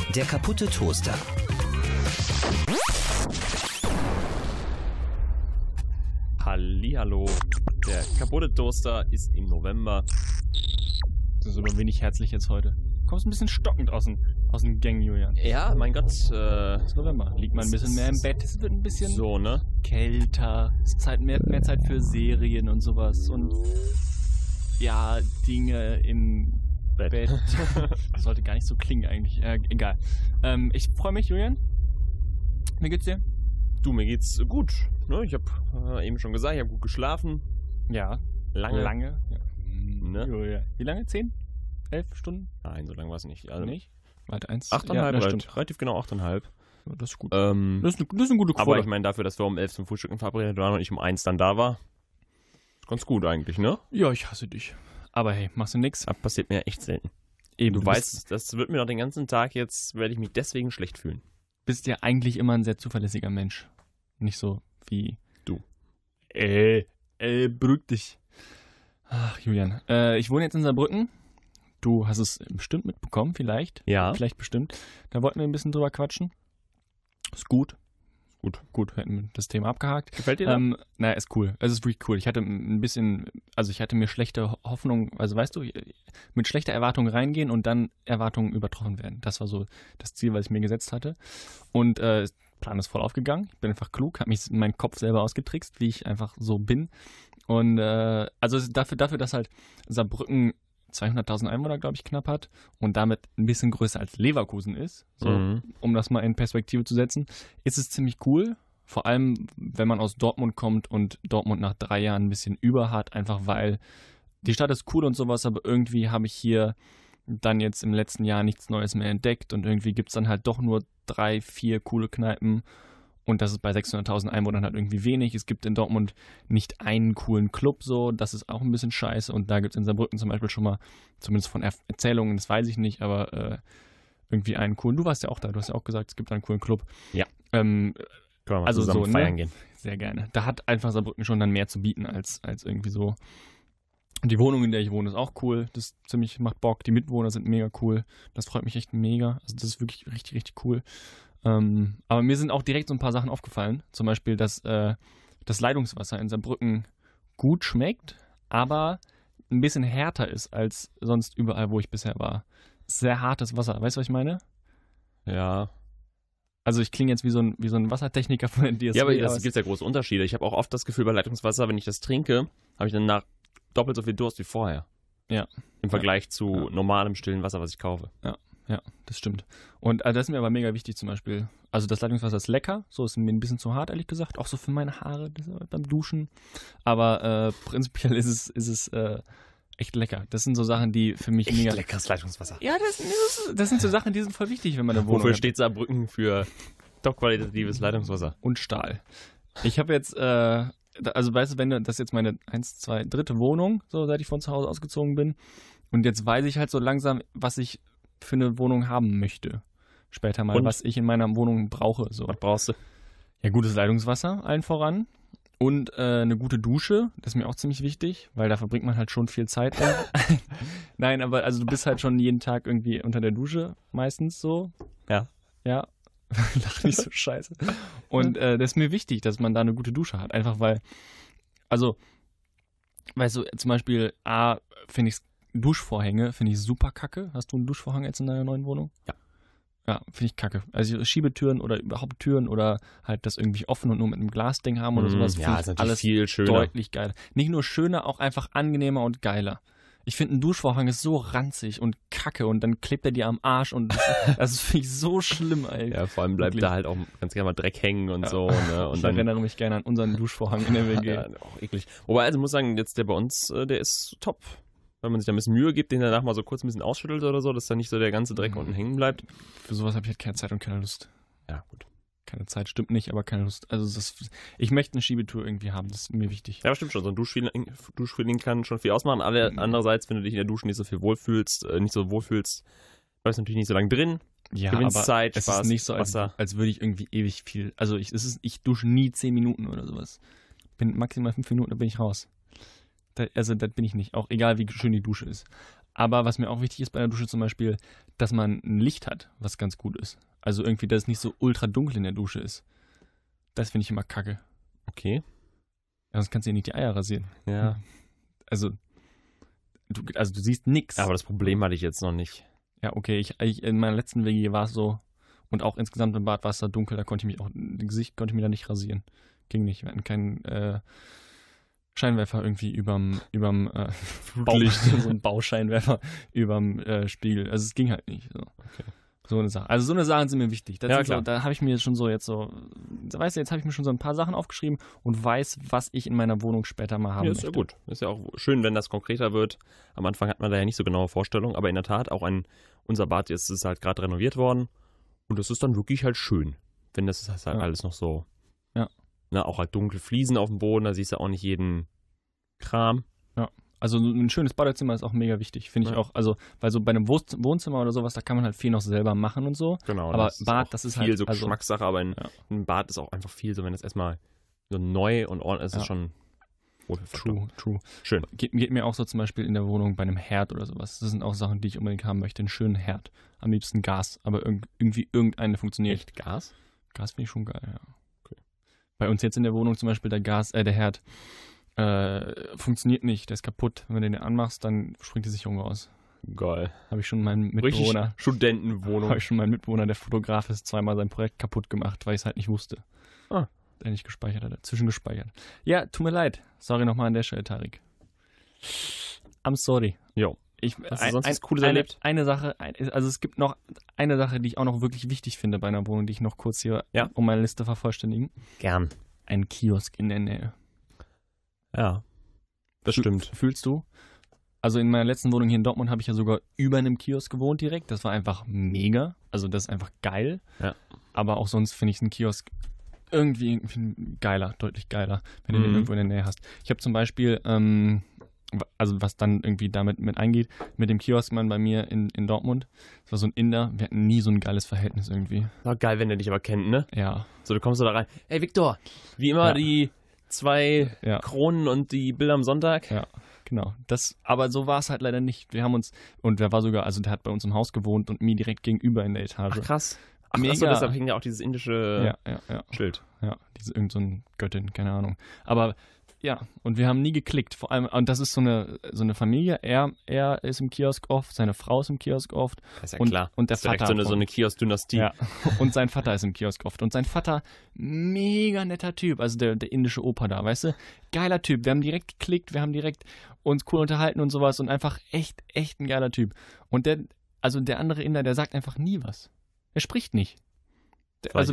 Der kaputte Toaster. Hallihallo. Der kaputte Toaster ist im November. Das ist aber wenig herzlich jetzt heute. Kommst ein bisschen stockend aus dem Gang, Julian. Ja, mein Gott. Es ist November. Liegt man ein bisschen mehr im Bett. Es wird ein bisschen So, ne? kälter. Es ist mehr Zeit für Serien und sowas. Und ja, Dinge im Bett. Das sollte gar nicht so klingen eigentlich. Egal. Ich freue mich, Julian. Wie geht's dir? Du, mir geht's gut. Ne? Ich habe eben schon gesagt, ich habe gut geschlafen. Ja. Lange. Ja. Ne? Julian. Wie lange? 10? 11 Stunden? Nein, so lange war es nicht. Also Nicht? Warte, 1. 8,5, ja, das stimmt. relativ genau 8,5. Ja, das ist gut. Das Das ist eine gute Quote. aber ich meine, dafür, dass wir um 11 zum Frühstücken verabredet waren und ich um 1 dann da war, ist ganz gut eigentlich, ne? Ja, ich hasse dich. Aber hey, machst du nix? Das passiert mir echt selten. Eben, Du weißt, das wird mir noch den ganzen Tag jetzt, werde ich mich deswegen schlecht fühlen. bist ja eigentlich immer ein sehr zuverlässiger Mensch. Nicht so wie Du. Beruhig dich. Ach, Julian. Ich wohne jetzt in Saarbrücken. Du hast es bestimmt mitbekommen, vielleicht. Ja. Vielleicht bestimmt. Da wollten wir ein bisschen drüber quatschen. Ist gut. Gut, hätten wir das Thema abgehakt. Gefällt dir das? Naja, ist cool. Es ist wirklich cool. Ich hatte mir schlechte Hoffnung, also weißt du, mit schlechter Erwartung reingehen und dann Erwartungen übertroffen werden. Das war so das Ziel, was ich mir gesetzt hatte. Und Plan ist voll aufgegangen. Ich bin einfach klug, habe mich in meinen Kopf selber ausgetrickst, wie ich einfach so bin. Und also dafür, dass halt Saarbrücken 200.000 Einwohner, glaube ich, knapp hat und damit ein bisschen größer als Leverkusen ist, so, um das mal in Perspektive zu setzen, ist es ziemlich cool. Vor allem, wenn man aus Dortmund kommt und Dortmund nach 3 Jahren ein bisschen über hat, einfach weil die Stadt ist cool und sowas, aber irgendwie habe ich hier dann jetzt im letzten Jahr nichts Neues mehr entdeckt und irgendwie gibt es dann halt doch nur 3, 4 coole Kneipen. Und das ist bei 600.000 Einwohnern halt irgendwie wenig. Es gibt in Dortmund nicht einen coolen Club so. Das ist auch ein bisschen scheiße. Und da gibt es in Saarbrücken zum Beispiel schon mal, zumindest von Erzählungen, das weiß ich nicht, aber irgendwie einen coolen. Du warst ja auch da. Du hast ja auch gesagt, es gibt einen coolen Club. Ja. Können wir mal also zusammen so, feiern gehen. Sehr gerne. Da hat einfach Saarbrücken schon dann mehr zu bieten als irgendwie so. Und die Wohnung, in der ich wohne, ist auch cool. Das macht Bock. Die Mitbewohner sind mega cool. Das freut mich echt mega. Also das ist wirklich richtig, richtig cool. Aber mir sind auch direkt so ein paar Sachen aufgefallen. Zum Beispiel, dass das Leitungswasser in Saarbrücken gut schmeckt, aber ein bisschen härter ist als sonst überall, wo ich bisher war. Sehr hartes Wasser. Weißt du, was ich meine? Ja. Also ich klinge jetzt wie so ein Wassertechniker von der DSW. Ja, aber es gibt ja große Unterschiede. Ich habe auch oft das Gefühl, bei Leitungswasser, wenn ich das trinke, habe ich danach doppelt so viel Durst wie vorher. Ja. Im Vergleich zu normalem stillen Wasser, was ich kaufe. Ja, das stimmt. Und das ist mir aber mega wichtig zum Beispiel. Also das Leitungswasser ist lecker, so ist mir ein bisschen zu hart, ehrlich gesagt. Auch so für meine Haare beim Duschen. Aber prinzipiell ist es echt lecker. Das sind so Sachen, die für mich mega... leckeres Leitungswasser. Ja, das sind so Sachen, die sind voll wichtig, wenn man eine Wohnung Wofür hat. steht Saarbrücken? Für top-qualitatives Leitungswasser. Und Stahl. Ich habe jetzt, also weißt du, das ist jetzt meine 3. Wohnung, so seit ich von zu Hause ausgezogen bin. Und jetzt weiß ich halt so langsam, was ich für eine Wohnung haben möchte. Später mal, was ich in meiner Wohnung brauche. So. Was brauchst du? Ja, gutes Leitungswasser, allen voran. Und eine gute Dusche, das ist mir auch ziemlich wichtig, weil da verbringt man halt schon viel Zeit. Nein, aber also du bist halt schon jeden Tag irgendwie unter der Dusche, meistens so. Ja. Ja. Lach nicht so scheiße. Und das ist mir wichtig, dass man da eine gute Dusche hat. Einfach weil, also, weißt du, zum Beispiel, finde ich Duschvorhänge finde ich super kacke. Hast du einen Duschvorhang jetzt in deiner neuen Wohnung? Ja. Ja, finde ich kacke. Also Schiebetüren oder überhaupt Türen oder halt das irgendwie offen und nur mit einem Glasding haben oder sowas. Ja, ist natürlich alles viel schöner. Deutlich geiler. Nicht nur schöner, auch einfach angenehmer und geiler. Ich finde, ein Duschvorhang ist so ranzig und kacke und dann klebt er dir am Arsch und das finde ich so schlimm, ey. Ja, vor allem bleibt Wirklich. da halt auch ganz gerne mal Dreck hängen und so. Ne? Und Ich erinnere mich gerne an unseren Duschvorhang in der WG. Ja, auch eklig. Wobei, also ich muss sagen, jetzt der bei uns, der ist top. Wenn man sich da ein bisschen Mühe gibt, den danach mal so kurz ein bisschen ausschüttelt oder so, dass da nicht so der ganze Dreck unten hängen bleibt. Für sowas habe ich halt keine Zeit und keine Lust. Ja, gut. Keine Zeit, stimmt nicht, aber keine Lust. Also ich möchte eine Schiebetour irgendwie haben, das ist mir wichtig. Ja, stimmt schon. So ein Duschfeeling kann schon viel ausmachen. Andererseits, wenn du dich in der Dusche nicht so wohlfühlst, bleibst du natürlich nicht so lange drin. Ja, gewinnst aber Zeit, es Spaß, ist nicht so, als würde ich irgendwie ewig viel. Also ich dusche nie 10 Minuten oder sowas. Bin maximal 5 Minuten, dann bin ich raus. Das bin ich nicht. Auch egal, wie schön die Dusche ist. Aber was mir auch wichtig ist bei der Dusche zum Beispiel, dass man ein Licht hat, was ganz gut ist. Also irgendwie, dass es nicht so ultra dunkel in der Dusche ist. Das finde ich immer kacke. Okay. Ja, sonst kannst du ja nicht die Eier rasieren. Ja. Also du siehst nichts. Aber das Problem hatte ich jetzt noch nicht. Ja, okay. Ich in meiner letzten WG war es so, und auch insgesamt im Bad war es da dunkel, da konnte ich das Gesicht konnte ich mir da nicht rasieren. Ging nicht. Wir hatten keinen Scheinwerfer irgendwie überm Flutlicht. so ein Bauscheinwerfer überm Spiegel. Also es ging halt nicht. So. Okay. So eine Sache. Also so eine Sachen sind mir wichtig. Das Ja, sind klar. So, da habe ich mir schon so jetzt habe ich mir schon so ein paar Sachen aufgeschrieben und weiß, was ich in meiner Wohnung später mal haben Ja, möchte. ist ja gut. Ist ja auch schön, wenn das konkreter wird. Am Anfang hat man da ja nicht so genaue Vorstellungen, aber in der Tat, auch unser Bad jetzt ist halt gerade renoviert worden und das ist dann wirklich halt schön. Wenn das ist halt alles noch so. Ja. Ne, auch halt dunkle Fliesen auf dem Boden, da siehst du auch nicht jeden Kram. Also ein schönes Badezimmer ist auch mega wichtig, finde ich auch. Also, weil so bei einem Wohnzimmer oder sowas, da kann man halt viel noch selber machen und so. Genau. Aber das Bad, ist das ist viel halt so Geschmackssache, aber ein Bad ist auch einfach viel so, wenn das erstmal so neu und ordentlich ist, ist schon True. Schön. Geht mir auch so zum Beispiel in der Wohnung bei einem Herd oder sowas. Das sind auch Sachen, die ich unbedingt haben möchte. Einen schönen Herd. Am liebsten Gas, aber irgendwie irgendeine funktioniert. Echt Gas? Gas finde ich schon geil, ja. Okay. Bei uns jetzt in der Wohnung zum Beispiel der Herd funktioniert nicht, der ist kaputt. Wenn du den anmachst, dann springt die Sicherung raus. Geil. Habe ich schon meinen Mitbewohner. Richtig Studentenwohnung. Habe ich schon meinen Mitbewohner, der Fotograf ist, zweimal sein Projekt kaputt gemacht, weil ich es halt nicht wusste. Der nicht gespeichert hatte, zwischengespeichert. Ja, tut mir leid. Sorry nochmal an der Stelle, Tarik. I'm sorry. Jo. Hast du sonst was Cooles erlebt? Eine Sache, also es gibt noch eine Sache, die ich auch noch wirklich wichtig finde bei einer Wohnung, die ich noch kurz hier um meine Liste vervollständigen. Gern. Ein Kiosk in der Nähe. Ja, das stimmt. Fühlst du? Also in meiner letzten Wohnung hier in Dortmund habe ich ja sogar über einem Kiosk gewohnt direkt. Das war einfach mega. Also das ist einfach geil. Ja. Aber auch sonst finde ich einen Kiosk irgendwie geiler, deutlich geiler, wenn du den irgendwo in der Nähe hast. Ich habe zum Beispiel, also was dann irgendwie damit mit eingeht, mit dem Kioskmann bei mir in Dortmund. Das war so ein Inder. Wir hatten nie so ein geiles Verhältnis irgendwie. War geil, wenn der dich aber kennt, ne? Ja. So, du kommst so da rein. Ey, Viktor, wie immer die 2 Kronen und die Bilder am Sonntag. Ja, genau. Aber so war es halt leider nicht. Wir haben uns, und der war sogar, also der hat bei uns im Haus gewohnt und mir direkt gegenüber in der Etage. Ach, krass. Mega. Achso, deshalb hing ja auch dieses indische Schild. Ja, irgend so eine Göttin, keine Ahnung. Aber ja, und wir haben nie geklickt. Vor allem, und das ist so eine Familie. Er ist im Kiosk oft, seine Frau ist im Kiosk oft. Das ist ja klar. Und der das ist direkt Vater. so eine Kiosk-Dynastie. Ja, und sein Vater ist im Kiosk oft. Und sein Vater, mega netter Typ. Also der indische Opa da, weißt du? Geiler Typ. Wir haben direkt geklickt, wir haben direkt uns cool unterhalten und sowas. Und einfach echt ein geiler Typ. Und der andere Inder, der sagt einfach nie was. Er spricht nicht. Also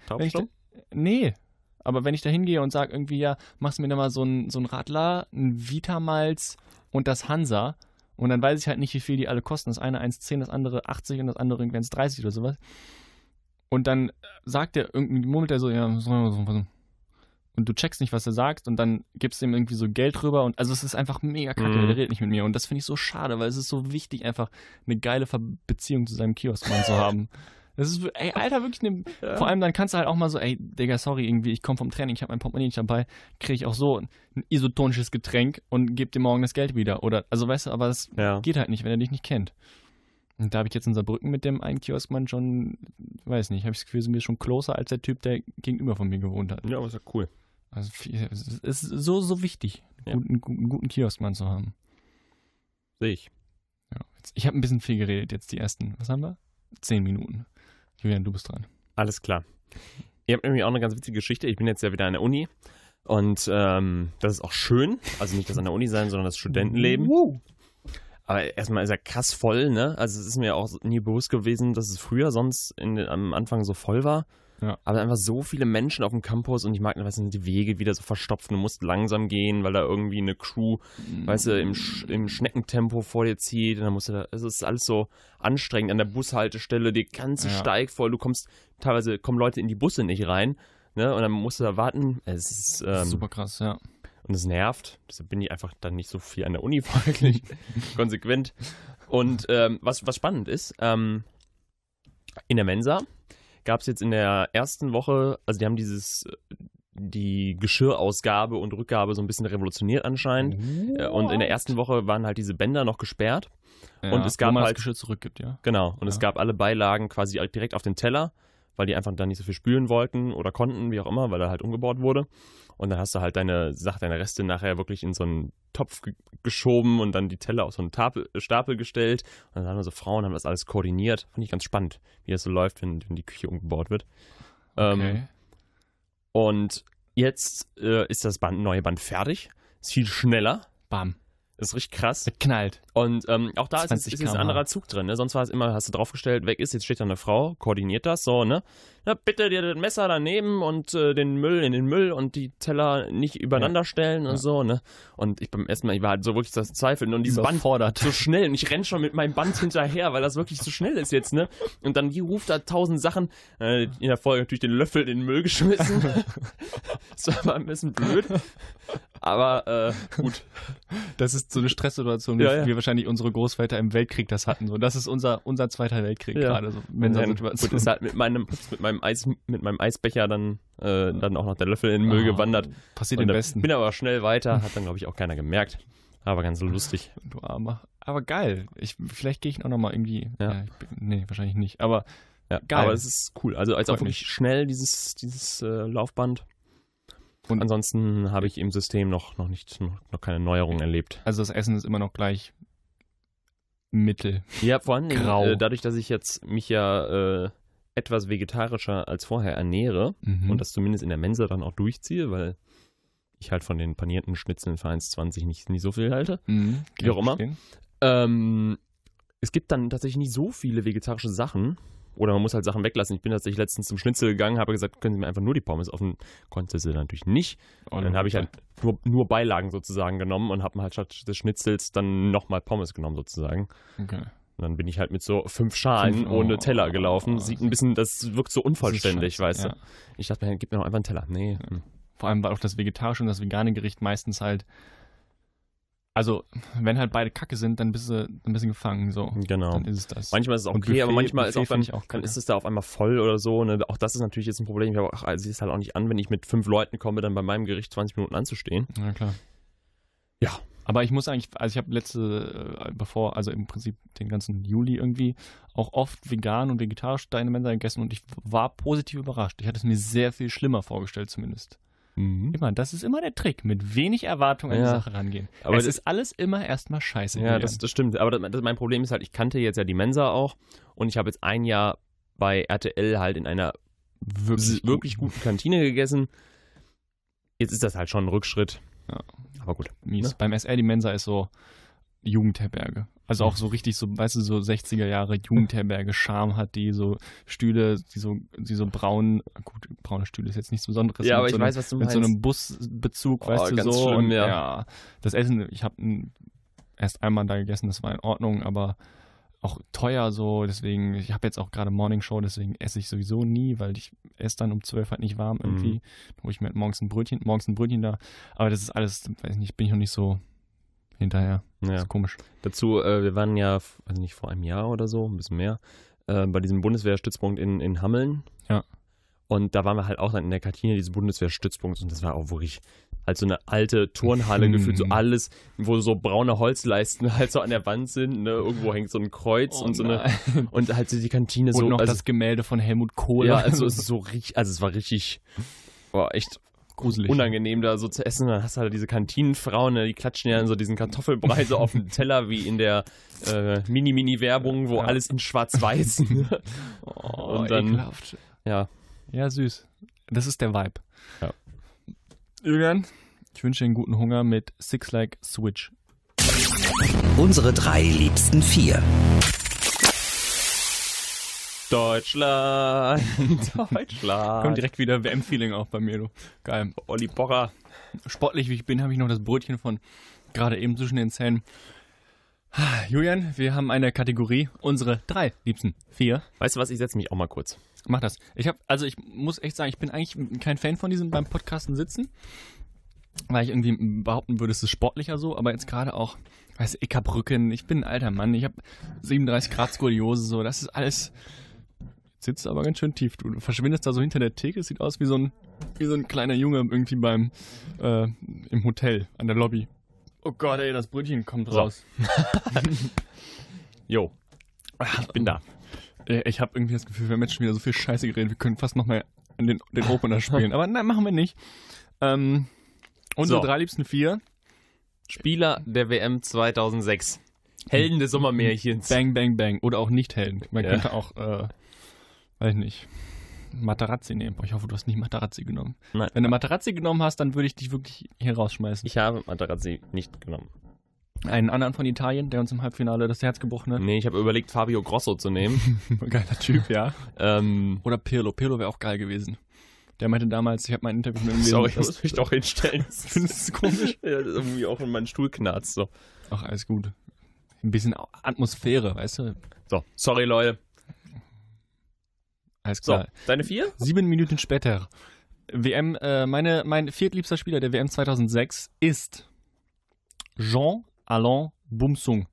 nee. Aber wenn ich da hingehe und sage irgendwie, ja, machst mir da mal so ein Radler, ein Vitamalz und das Hansa und dann weiß ich halt nicht, wie viel die alle kosten. Das eine 1,10, das andere 80 und das andere irgendwie 1,30 oder sowas. Und dann sagt er, murmelt er so, ja, und du checkst nicht, was er sagt und dann gibst du ihm irgendwie so Geld rüber und also es ist einfach mega kacke, der redet nicht mit mir und das finde ich so schade, weil es ist so wichtig, einfach eine geile Beziehung zu seinem Kioskmann zu haben. Das ist, ey, Alter, wirklich vor allem dann kannst du halt auch mal so, ey, Digga, sorry, irgendwie, ich komme vom Training, ich habe mein Portemonnaie nicht dabei, kriege ich auch so ein isotonisches Getränk und gebe dir morgen das Geld wieder. Oder, also weißt du, aber das geht halt nicht, wenn er dich nicht kennt. Und da habe ich jetzt in Saarbrücken mit dem einen Kioskmann schon, weiß nicht, habe ich das Gefühl, sind wir schon closer als der Typ, der gegenüber von mir gewohnt hat. Ja, aber ist ja cool. Also es ist so wichtig, einen guten Kioskmann zu haben. Sehe ich. Ja, ich habe ein bisschen viel geredet jetzt, die ersten, was haben wir? 10 Minuten. Julian, du bist dran. Alles klar. Ihr habt nämlich auch eine ganz witzige Geschichte. Ich bin jetzt ja wieder an der Uni und das ist auch schön. Also nicht das an der Uni sein, sondern das Studentenleben. Aber erstmal ist er krass voll, ne? Also es ist mir auch nie bewusst gewesen, dass es früher sonst am Anfang so voll war. Ja. Aber einfach so viele Menschen auf dem Campus und ich mag, weißt du, die Wege wieder so verstopft. Du musst langsam gehen, weil da irgendwie eine Crew, weißt du, im Schneckentempo vor dir zieht. Und dann musst du da, es ist alles so anstrengend an der Bushaltestelle, die ganze Steig voll. Teilweise kommen Leute in die Busse nicht rein, ne? Und dann musst du da warten. Es ist super krass, ja. Und es nervt. Deshalb bin ich einfach dann nicht so viel an der Uni folglich. Konsequent. Und was spannend ist, in der Mensa gab es jetzt in der ersten Woche, also die haben die Geschirrausgabe und Rückgabe so ein bisschen revolutioniert anscheinend. Und in der ersten Woche waren halt diese Bänder noch gesperrt. Ja, und es gab wo man halt das Geschirr zurückgibt, ja. Genau, und es Ja. gab alle Beilagen quasi direkt auf den Teller, weil die einfach dann nicht so viel spülen wollten oder konnten, wie auch immer, weil er halt umgebaut wurde. Und dann hast du halt deine Reste nachher wirklich in so einen Topf geschoben und dann die Teller auf so einen Stapel gestellt. Und dann haben wir so Frauen, haben das alles koordiniert. Fand ich ganz spannend, wie das so läuft, wenn die Küche umgebaut wird. Okay. Und jetzt ist das neue Band fertig. Ist viel schneller. Bam. Ist richtig krass. Knallt. Und auch da ist 20 jetzt ein km/h. anderer Zug drin. Ne? Sonst war es immer, hast du draufgestellt, weg ist, jetzt steht da eine Frau, koordiniert das so, ne? Na, bitte dir das Messer daneben und den Müll in den Müll und die Teller nicht übereinander stellen und so, ne? Und ich beim ersten Mal, ich war halt so wirklich das Zweifeln und dieses Band Überfordert. so schnell und ich renn schon mit meinem Band hinterher, weil das wirklich so schnell ist jetzt, ne? Und dann die ruft da 1000 Sachen, in der Folge natürlich den Löffel in den Müll geschmissen. Das war mal ein bisschen blöd. Aber gut. Das ist so eine Stresssituation, Ja, ja. wie wahrscheinlich unsere Großväter im Weltkrieg das hatten. So, das ist unser Zweiter Weltkrieg Ja. gerade. So, Gut, ist halt mit meinem Eisbecher dann auch noch der Löffel in den Müll gewandert. Passiert Und am dann besten. bin aber schnell weiter, hat dann glaube ich auch keiner gemerkt. Aber ganz lustig. Du Armer. Aber geil. Vielleicht gehe ich auch nochmal irgendwie. Ja. Nee, wahrscheinlich nicht. Aber Ja, geil. aber es ist cool. Also als auch Freut wirklich schnell dieses Laufband. Und Und- ansonsten habe ich im System noch keine Neuerungen erlebt. also das Essen ist immer noch gleich mittel. Ja, vor allem Grau. dadurch, dass ich jetzt mich ja etwas vegetarischer als vorher ernähre Mhm. und das zumindest in der Mensa dann auch durchziehe, weil ich halt von den panierten Schnitzeln für 1,20 nicht so viel halte. Mhm. Wie auch immer. Verstehen. Es gibt dann tatsächlich nicht so viele vegetarische Sachen. Oder man muss halt Sachen weglassen. Ich bin tatsächlich letztens zum Schnitzel gegangen, habe gesagt, können Sie mir einfach nur die Pommes offen. Konnte sie natürlich nicht. Und dann habe ich halt nur Beilagen sozusagen genommen und habe halt statt des Schnitzels dann nochmal Pommes genommen sozusagen. Okay. Und dann bin ich halt mit so 5 Schalen ohne Teller gelaufen. Sieht ein bisschen, das wirkt so unvollständig, Das ist weißt scheiße, du. Ich dachte mir, gib mir noch einfach einen Teller. Nee. Vor allem, weil auch das vegetarische und das vegane Gericht meistens halt. Also, wenn halt beide Kacke sind, dann bist du gefangen. So. Genau. Dann ist es das. Manchmal ist es auch Und okay, aber Buffet- manchmal ist Buffet auch dann, find ich auch dann kacke. ist es da auf einmal voll oder so. Ne? Auch das ist natürlich jetzt ein Problem. Ich sehe es halt auch nicht an, wenn ich mit 5 Leuten komme, dann bei meinem Gericht 20 Minuten anzustehen. Ja, klar. Ja. Aber ich muss eigentlich, also ich habe also im Prinzip den ganzen Juli irgendwie auch oft vegan und vegetarisch da in der Mensa gegessen und ich war positiv überrascht. Ich hatte es mir sehr viel schlimmer vorgestellt zumindest. Immer, das ist immer der Trick, mit wenig Erwartung an die Ja. Sache rangehen. Aber Es das- ist alles immer erstmal scheiße. Ja, das stimmt. Aber mein Problem ist halt, ich kannte jetzt ja die Mensa auch und ich habe jetzt ein Jahr bei RTL halt in einer wirklich guten Kantine gegessen. Jetzt ist das halt schon ein Rückschritt. Ja. Aber gut. mies. Ne? Beim SR, die Mensa ist so Jugendherberge. Also auch so richtig so, weißt du, so 60er Jahre Jugendherberge, Charme hat die, so Stühle, die so braun, gut, braune Stühle ist jetzt nichts Besonderes. Ja, aber mit so ich einem, weiß, was du mit meinst. so einem Busbezug, weißt du, ganz so. schlimm, und ja. das Essen, ich habe erst einmal da gegessen, das war in Ordnung, aber auch teuer so, deswegen, ich habe jetzt auch gerade Morning Show, deswegen esse ich sowieso nie, weil ich esse dann um 12 halt nicht warm irgendwie. Dann hole ich mir halt morgens ein Brötchen da, aber das ist alles, weiß nicht, bin ich noch nicht so hinterher. Das Ja. ist komisch. Dazu, wir waren ja, also nicht vor einem Jahr oder so, ein bisschen mehr, bei diesem Bundeswehrstützpunkt in Hameln. Ja. Und da waren wir halt auch dann in der Kantine dieses Bundeswehrstützpunkts und das war auch wirklich halt so eine alte Turnhalle gefühlt, so alles, wo so braune Holzleisten halt so an der Wand sind, ne? Irgendwo hängt so ein Kreuz und so eine, und halt so die Kantine Und so. noch Also, das Gemälde von Helmut Kohl. ja, also es ist so richtig, also es war richtig, echt gruselig. unangenehm da so zu essen. Dann hast du halt diese Kantinenfrauen, ne, die klatschen ja in so diesen Kartoffelbrei so auf den Teller wie in der Mini-Werbung, wo Ja. alles in schwarz-weiß. Oh, und dann, ekelhaft. ja. Ja, süß. Das ist der Vibe. Ja. Julian, ich wünsche dir einen guten Hunger mit Six Like Switch. Unsere 3 liebsten 4. Deutschland. Deutschland. Kommt direkt wieder WM-Feeling auch bei mir, du. Geil. Olli Pocher. Sportlich wie ich bin, habe ich noch das Brötchen von gerade eben zwischen den Zähnen. Julian, wir haben eine Kategorie, unsere 3 liebsten 4. Weißt du was, ich setze mich auch mal kurz. Mach das. Ich muss echt sagen, ich bin eigentlich kein Fan von diesem beim Podcasten sitzen, weil ich irgendwie behaupten würde, es ist sportlicher so, aber jetzt gerade auch, weißt du, ich hab Rücken, ich bin ein alter Mann, ich habe 37 Grad Skoliose, so, das ist alles, jetzt sitzt du aber ganz schön tief, du verschwindest da so hinter der Theke, es sieht aus wie so ein kleiner Junge irgendwie im Hotel, an der Lobby. Oh Gott, ey, das Brötchen kommt raus. Jo, ich bin da. Ich habe irgendwie das Gefühl, wir haben jetzt schon wieder so viel Scheiße geredet, wir können fast noch mal den Opener spielen. Aber nein, machen wir nicht. Unsere 3 liebsten 4. Spieler der WM 2006. Helden des Sommermärchens. Bang, bang, bang. Oder auch nicht Helden. Man könnte auch, weiß ich nicht, Materazzi nehmen. Boah, ich hoffe, du hast nicht Materazzi genommen. Nein. Wenn du Materazzi genommen hast, dann würde ich dich wirklich hier rausschmeißen. Ich habe Materazzi nicht genommen. Einen anderen von Italien, der uns im Halbfinale das Herz gebrochen hat. Nee, ich habe überlegt, Fabio Grosso zu nehmen. Geiler Typ, ja. Oder Pirlo. Pirlo wäre auch geil gewesen. Der meinte damals, ich habe mein Interview mit ihm gelesen. Sorry, ich muss mich doch hinstellen. Findest du es komisch? Ja, das ist irgendwie auch in meinen Stuhl knarzt. So. Ach, alles gut. Ein bisschen Atmosphäre, weißt du? So, sorry, Leute. Alles klar. So, deine 4? 7 Minuten später. WM, mein viertliebster Spieler der WM 2006 ist Jean-Alain Boumsong.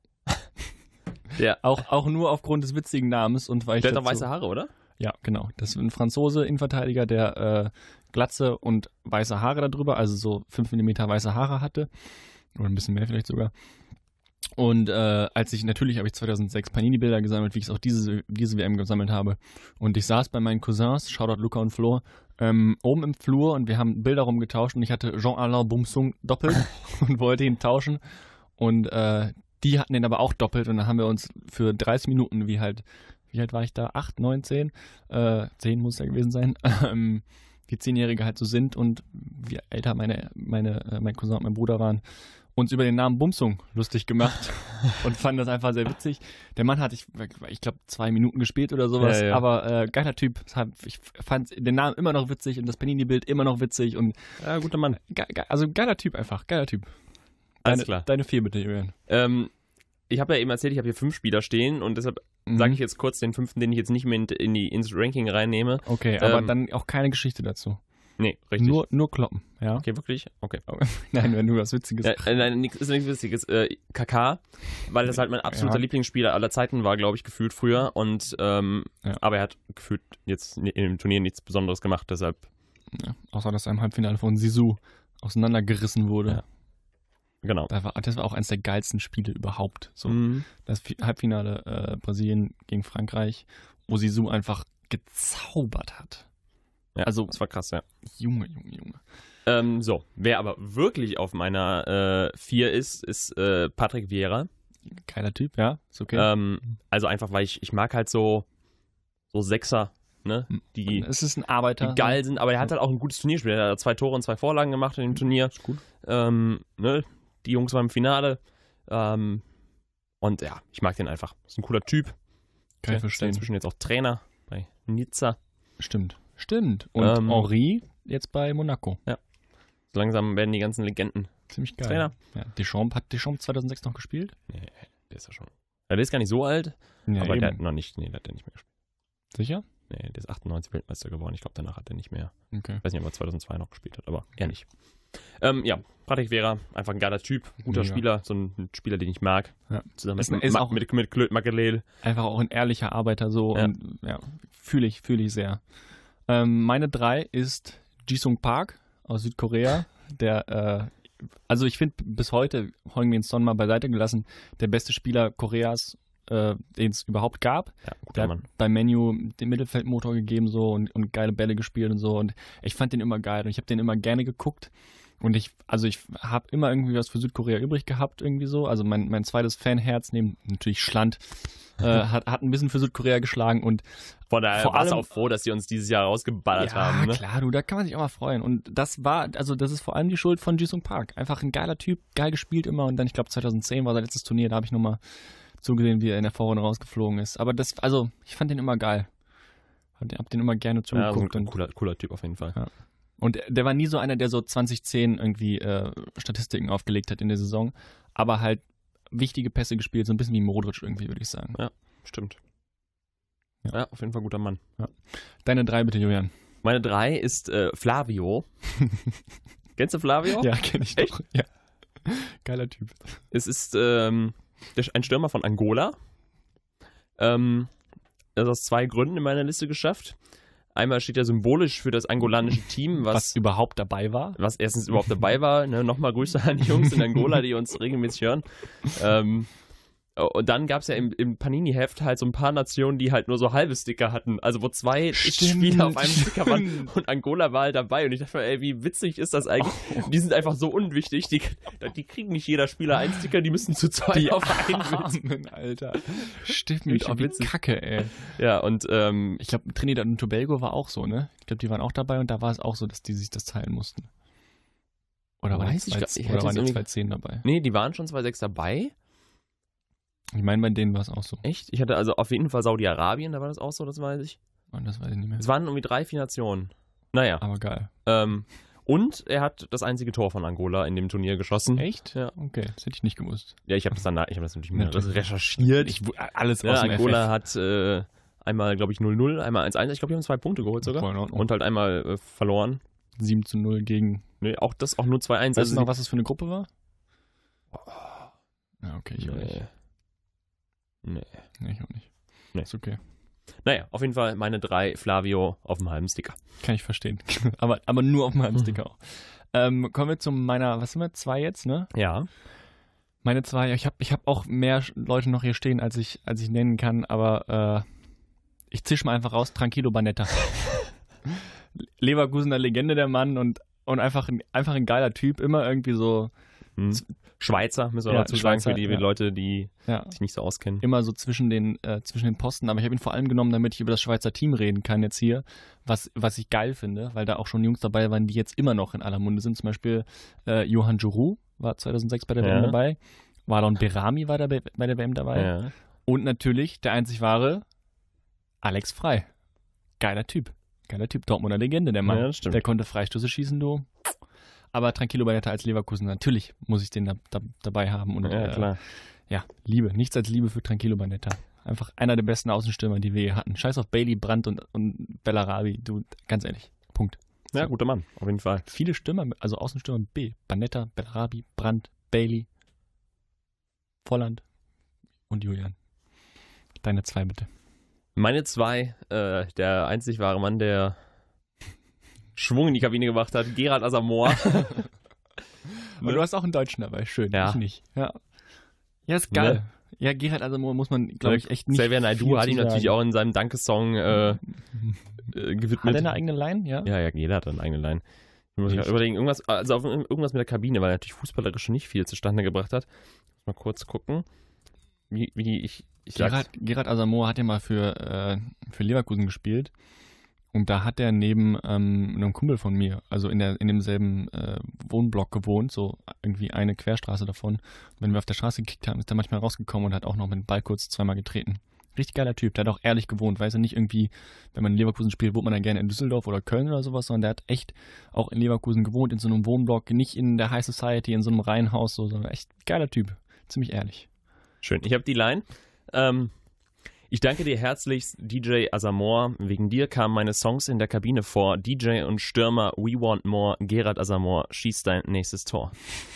Ja. Auch nur aufgrund des witzigen Namens und weil ich Der hat doch weiße Haare, oder? Ja, genau. Das ist ein Franzose, Innenverteidiger, der Glatze und weiße Haare darüber, also so 5 mm weiße Haare hatte. Oder ein bisschen mehr vielleicht sogar. Und natürlich habe ich 2006 Panini-Bilder gesammelt, wie ich es auch diese WM gesammelt habe. Und ich saß bei meinen Cousins, Shoutout Luca und Flo, oben im Flur und wir haben Bilder rumgetauscht und ich hatte Jean-Alain Boumsong doppelt und wollte ihn tauschen. Und die hatten den aber auch doppelt und dann haben wir uns für 30 Minuten, wie alt war ich da? 8, 9, 10? 10 muss er gewesen sein. Wie 10-Jährige halt so sind und wie älter mein Cousin und mein Bruder waren, uns über den Namen Boumsong lustig gemacht und fanden das einfach sehr witzig. Der Mann hat, ich glaube, 2 Minuten gespielt oder sowas, ja. aber geiler Typ. Ich fand den Namen immer noch witzig und das Panini-Bild immer noch witzig und ja, guter Mann. Also geiler Typ einfach, geiler Typ. Alles klar. Deine 4 bitte, Julian. Ich habe ja eben erzählt, ich habe hier 5 Spieler stehen und deshalb sage ich jetzt kurz den 5., den ich jetzt nicht mehr ins Ranking reinnehme. Okay, aber dann auch keine Geschichte dazu. Nee, richtig. Nur kloppen, ja. Okay, wirklich? Okay. Nein, wenn du was Witziges... Nein, ist nichts Witziges. Kaká, weil das halt mein absoluter Lieblingsspieler aller Zeiten war, glaube ich, gefühlt früher. Und aber er hat gefühlt jetzt im Turnier nichts Besonderes gemacht, deshalb... Ja, außer, dass er im Halbfinale von Zizou auseinandergerissen wurde. Ja. Genau. Das war auch eines der geilsten Spiele überhaupt. So, das Halbfinale Brasilien gegen Frankreich, wo Zizou einfach gezaubert hat. Ja, also, das war krass, ja. Junge. So, wer aber wirklich auf meiner 4 ist Patrick Vieira. Geiler Typ, ja, ist okay. Also einfach, weil ich mag halt so Sechser, ne? Es ist ein Arbeiter. Die geil sind, aber er hat halt auch ein gutes Turnier gespielt. Er hat 2 Tore und 2 Vorlagen gemacht in dem Turnier. Ist gut. Ne? Die Jungs waren im Finale. Und ja, ich mag den einfach. Ist ein cooler Typ. Kann ich verstehen. Ist inzwischen jetzt auch Trainer bei Nizza. Stimmt. Und Henri jetzt bei Monaco. Ja. So langsam werden die ganzen Legenden ziemlich geil. Trainer. Ja. Hat Deschamps 2006 noch gespielt? Nee, der ist ja schon. Ja, der ist gar nicht so alt, ja, aber eben. der hat noch nicht, der hat nicht mehr gespielt. Sicher? Nee, der ist 98 Weltmeister geworden. Ich glaube, danach hat er nicht mehr. Okay. Ich weiß nicht, ob er 2002 noch gespielt hat, aber eher nicht. Ja, Patrick Vieira, einfach ein geiler Typ, ein guter Spieler, so ein Spieler, den ich mag. Ja. Zusammen mit Claude Makelele. Einfach auch ein ehrlicher Arbeiter so. Ja. Und ja, fühle ich sehr. Meine 3 ist Jisung Park aus Südkorea, der, also ich finde bis heute, Heung-min Son mal beiseite gelassen, der beste Spieler Koreas, den es überhaupt gab. Ja, der hat bei Menu den Mittelfeldmotor gegeben so und geile Bälle gespielt und so und ich fand den immer geil und ich habe den immer gerne geguckt und ich habe immer irgendwie was für Südkorea übrig gehabt irgendwie so, also mein zweites Fanherz neben natürlich Schland hat ein bisschen für Südkorea geschlagen und vor allem auch froh, dass sie uns dieses Jahr rausgeballert haben. Ne? Ja, klar, da kann man sich auch mal freuen. Und das ist vor allem die Schuld von Jisung Park. Einfach ein geiler Typ, geil gespielt immer. Und dann, ich glaube, 2010 war sein letztes Turnier, da habe ich nochmal zugesehen, wie er in der Vorrunde rausgeflogen ist. Aber ich fand den immer geil. Hab den immer gerne zugeguckt. Ja, so ein cooler Typ auf jeden Fall. Ja. Und der war nie so einer, der so 2010 irgendwie Statistiken aufgelegt hat in der Saison. Aber halt wichtige Pässe gespielt, so ein bisschen wie Modric irgendwie, würde ich sagen. Ja, stimmt. Ja, auf jeden Fall guter Mann. Ja. Deine 3 bitte, Julian. Meine 3 ist Flavio. Kennst du Flavio? Ja, kenn ich doch. Ja. Geiler Typ. Es ist ein Stürmer von Angola. Das hat aus 2 Gründen in meiner Liste geschafft. Einmal steht er symbolisch für das angolanische Team, was überhaupt dabei war. Was erstens überhaupt dabei war. Ne? Nochmal Grüße an die Jungs in Angola, die uns regelmäßig hören. Und dann gab es ja im Panini-Heft halt so ein paar Nationen, die halt nur so halbe Sticker hatten. Also wo 2 Spieler auf einem Sticker waren und Angola war halt dabei. Und ich dachte mir, ey, wie witzig ist das eigentlich? Die sind einfach so unwichtig. Die kriegen nicht jeder Spieler einen Sticker, die müssen zu zweit auf einen Armen, Alter. Stimmt, wie Kacke, ey. Ja, und ich glaube, Trinidad und Tobago war auch so, ne? Ich glaube, die waren auch dabei und da war es auch so, dass die sich das teilen mussten. Oder waren die 2-10 dabei? Nee, die waren schon 2-6 dabei. Ich meine, bei denen war es auch so. Echt? Ich hatte also auf jeden Fall Saudi-Arabien, da war das auch so, das weiß ich. Und das weiß ich nicht mehr. Es waren irgendwie 3-4 Nationen. Naja. Aber geil. Und er hat das einzige Tor von Angola in dem Turnier geschossen. Echt? Ja. Okay, das hätte ich nicht gewusst. Ja, ich habe das natürlich recherchiert. Alles aus dem Angola hat einmal, glaube ich, 0-0, einmal 1-1. Ich glaube, die haben 2 Punkte geholt sogar. Und halt einmal verloren. 7-0 gegen... Nee, auch nur 2-1. Weißt du noch, was das für eine Gruppe war? Ja, okay, ich auch nicht. Nee, ich auch nicht. Nee. Ist okay. Naja, auf jeden Fall meine 3 Flavio auf dem halben Sticker. Kann ich verstehen. aber nur auf dem halben Sticker auch. Kommen wir zu meiner, was sind wir, 2 jetzt, ne? Ja. Meine 2, ich hab auch mehr Leute noch hier stehen, als ich nennen kann, aber ich zisch mal einfach raus, Tranquillo Bandetta. Leverkusener Legende, der Mann, und einfach ein geiler Typ, immer irgendwie so... Schweizer, müssen wir dazu sagen, für die Leute, die sich nicht so auskennen. Immer so zwischen den Posten, aber ich habe ihn vor allem genommen, damit ich über das Schweizer Team reden kann jetzt hier, was ich geil finde, weil da auch schon Jungs dabei waren, die jetzt immer noch in aller Munde sind. Zum Beispiel Johan Giroud war 2006 bei der WM dabei, Walon Berami war da bei der WM dabei und natürlich der einzig wahre Alex Frey. Geiler Typ, Dortmunder Legende, der Mann. Ja, das stimmt. Der konnte Freistöße schießen, du. Aber Tranquillo Bandetta als Leverkusen, natürlich muss ich den dabei haben. Und, ja, klar. Liebe. Nichts als Liebe für Tranquillo Bandetta. Einfach einer der besten Außenstürmer, die wir je hatten. Scheiß auf Bailey, Brandt und Bellarabi. Du, ganz ehrlich. Punkt. Ja, guter Mann, auf jeden Fall. Viele Stürmer, also Außenstürmer B. Bandetta, Bellarabi, Brandt, Bailey, Volland und Julian. Deine 2 bitte. Meine 2, der einzig wahre Mann, der Schwung in die Kabine gebracht hat, Gerard Asamoah. Aber du hast auch einen Deutschen dabei, schön. Ja. Ich nicht. Ja, ist geil. Ne? Ja, Gerard Asamoah muss man, glaube ich, echt nicht. Xavier Naidoo hat ihn natürlich auch in seinem Dankesong gewidmet. Hat er eine eigene Line? Ja, jeder hat eine eigene Line. Ich muss gerade überlegen, irgendwas mit der Kabine, weil er natürlich fußballerisch nicht viel zustande gebracht hat. Mal kurz gucken. Gerard Asamoah hat ja mal für Leverkusen gespielt. Und da hat er neben einem Kumpel von mir, also in demselben Wohnblock gewohnt, so irgendwie eine Querstraße davon. Und wenn wir auf der Straße gekickt haben, ist er manchmal rausgekommen und hat auch noch mit dem Ball kurz 2-mal getreten. Richtig geiler Typ, der hat auch ehrlich gewohnt, weiß er nicht irgendwie, wenn man in Leverkusen spielt, wohnt man dann gerne in Düsseldorf oder Köln oder sowas, sondern der hat echt auch in Leverkusen gewohnt, in so einem Wohnblock, nicht in der High Society, in so einem Reihenhaus, sondern echt geiler Typ, ziemlich ehrlich. Schön, ich habe die Line. Ich danke dir herzlichst, DJ Asamoah. Wegen dir kamen meine Songs in der Kabine vor. DJ und Stürmer, we want more. Gerard Asamoah, schieß dein nächstes Tor.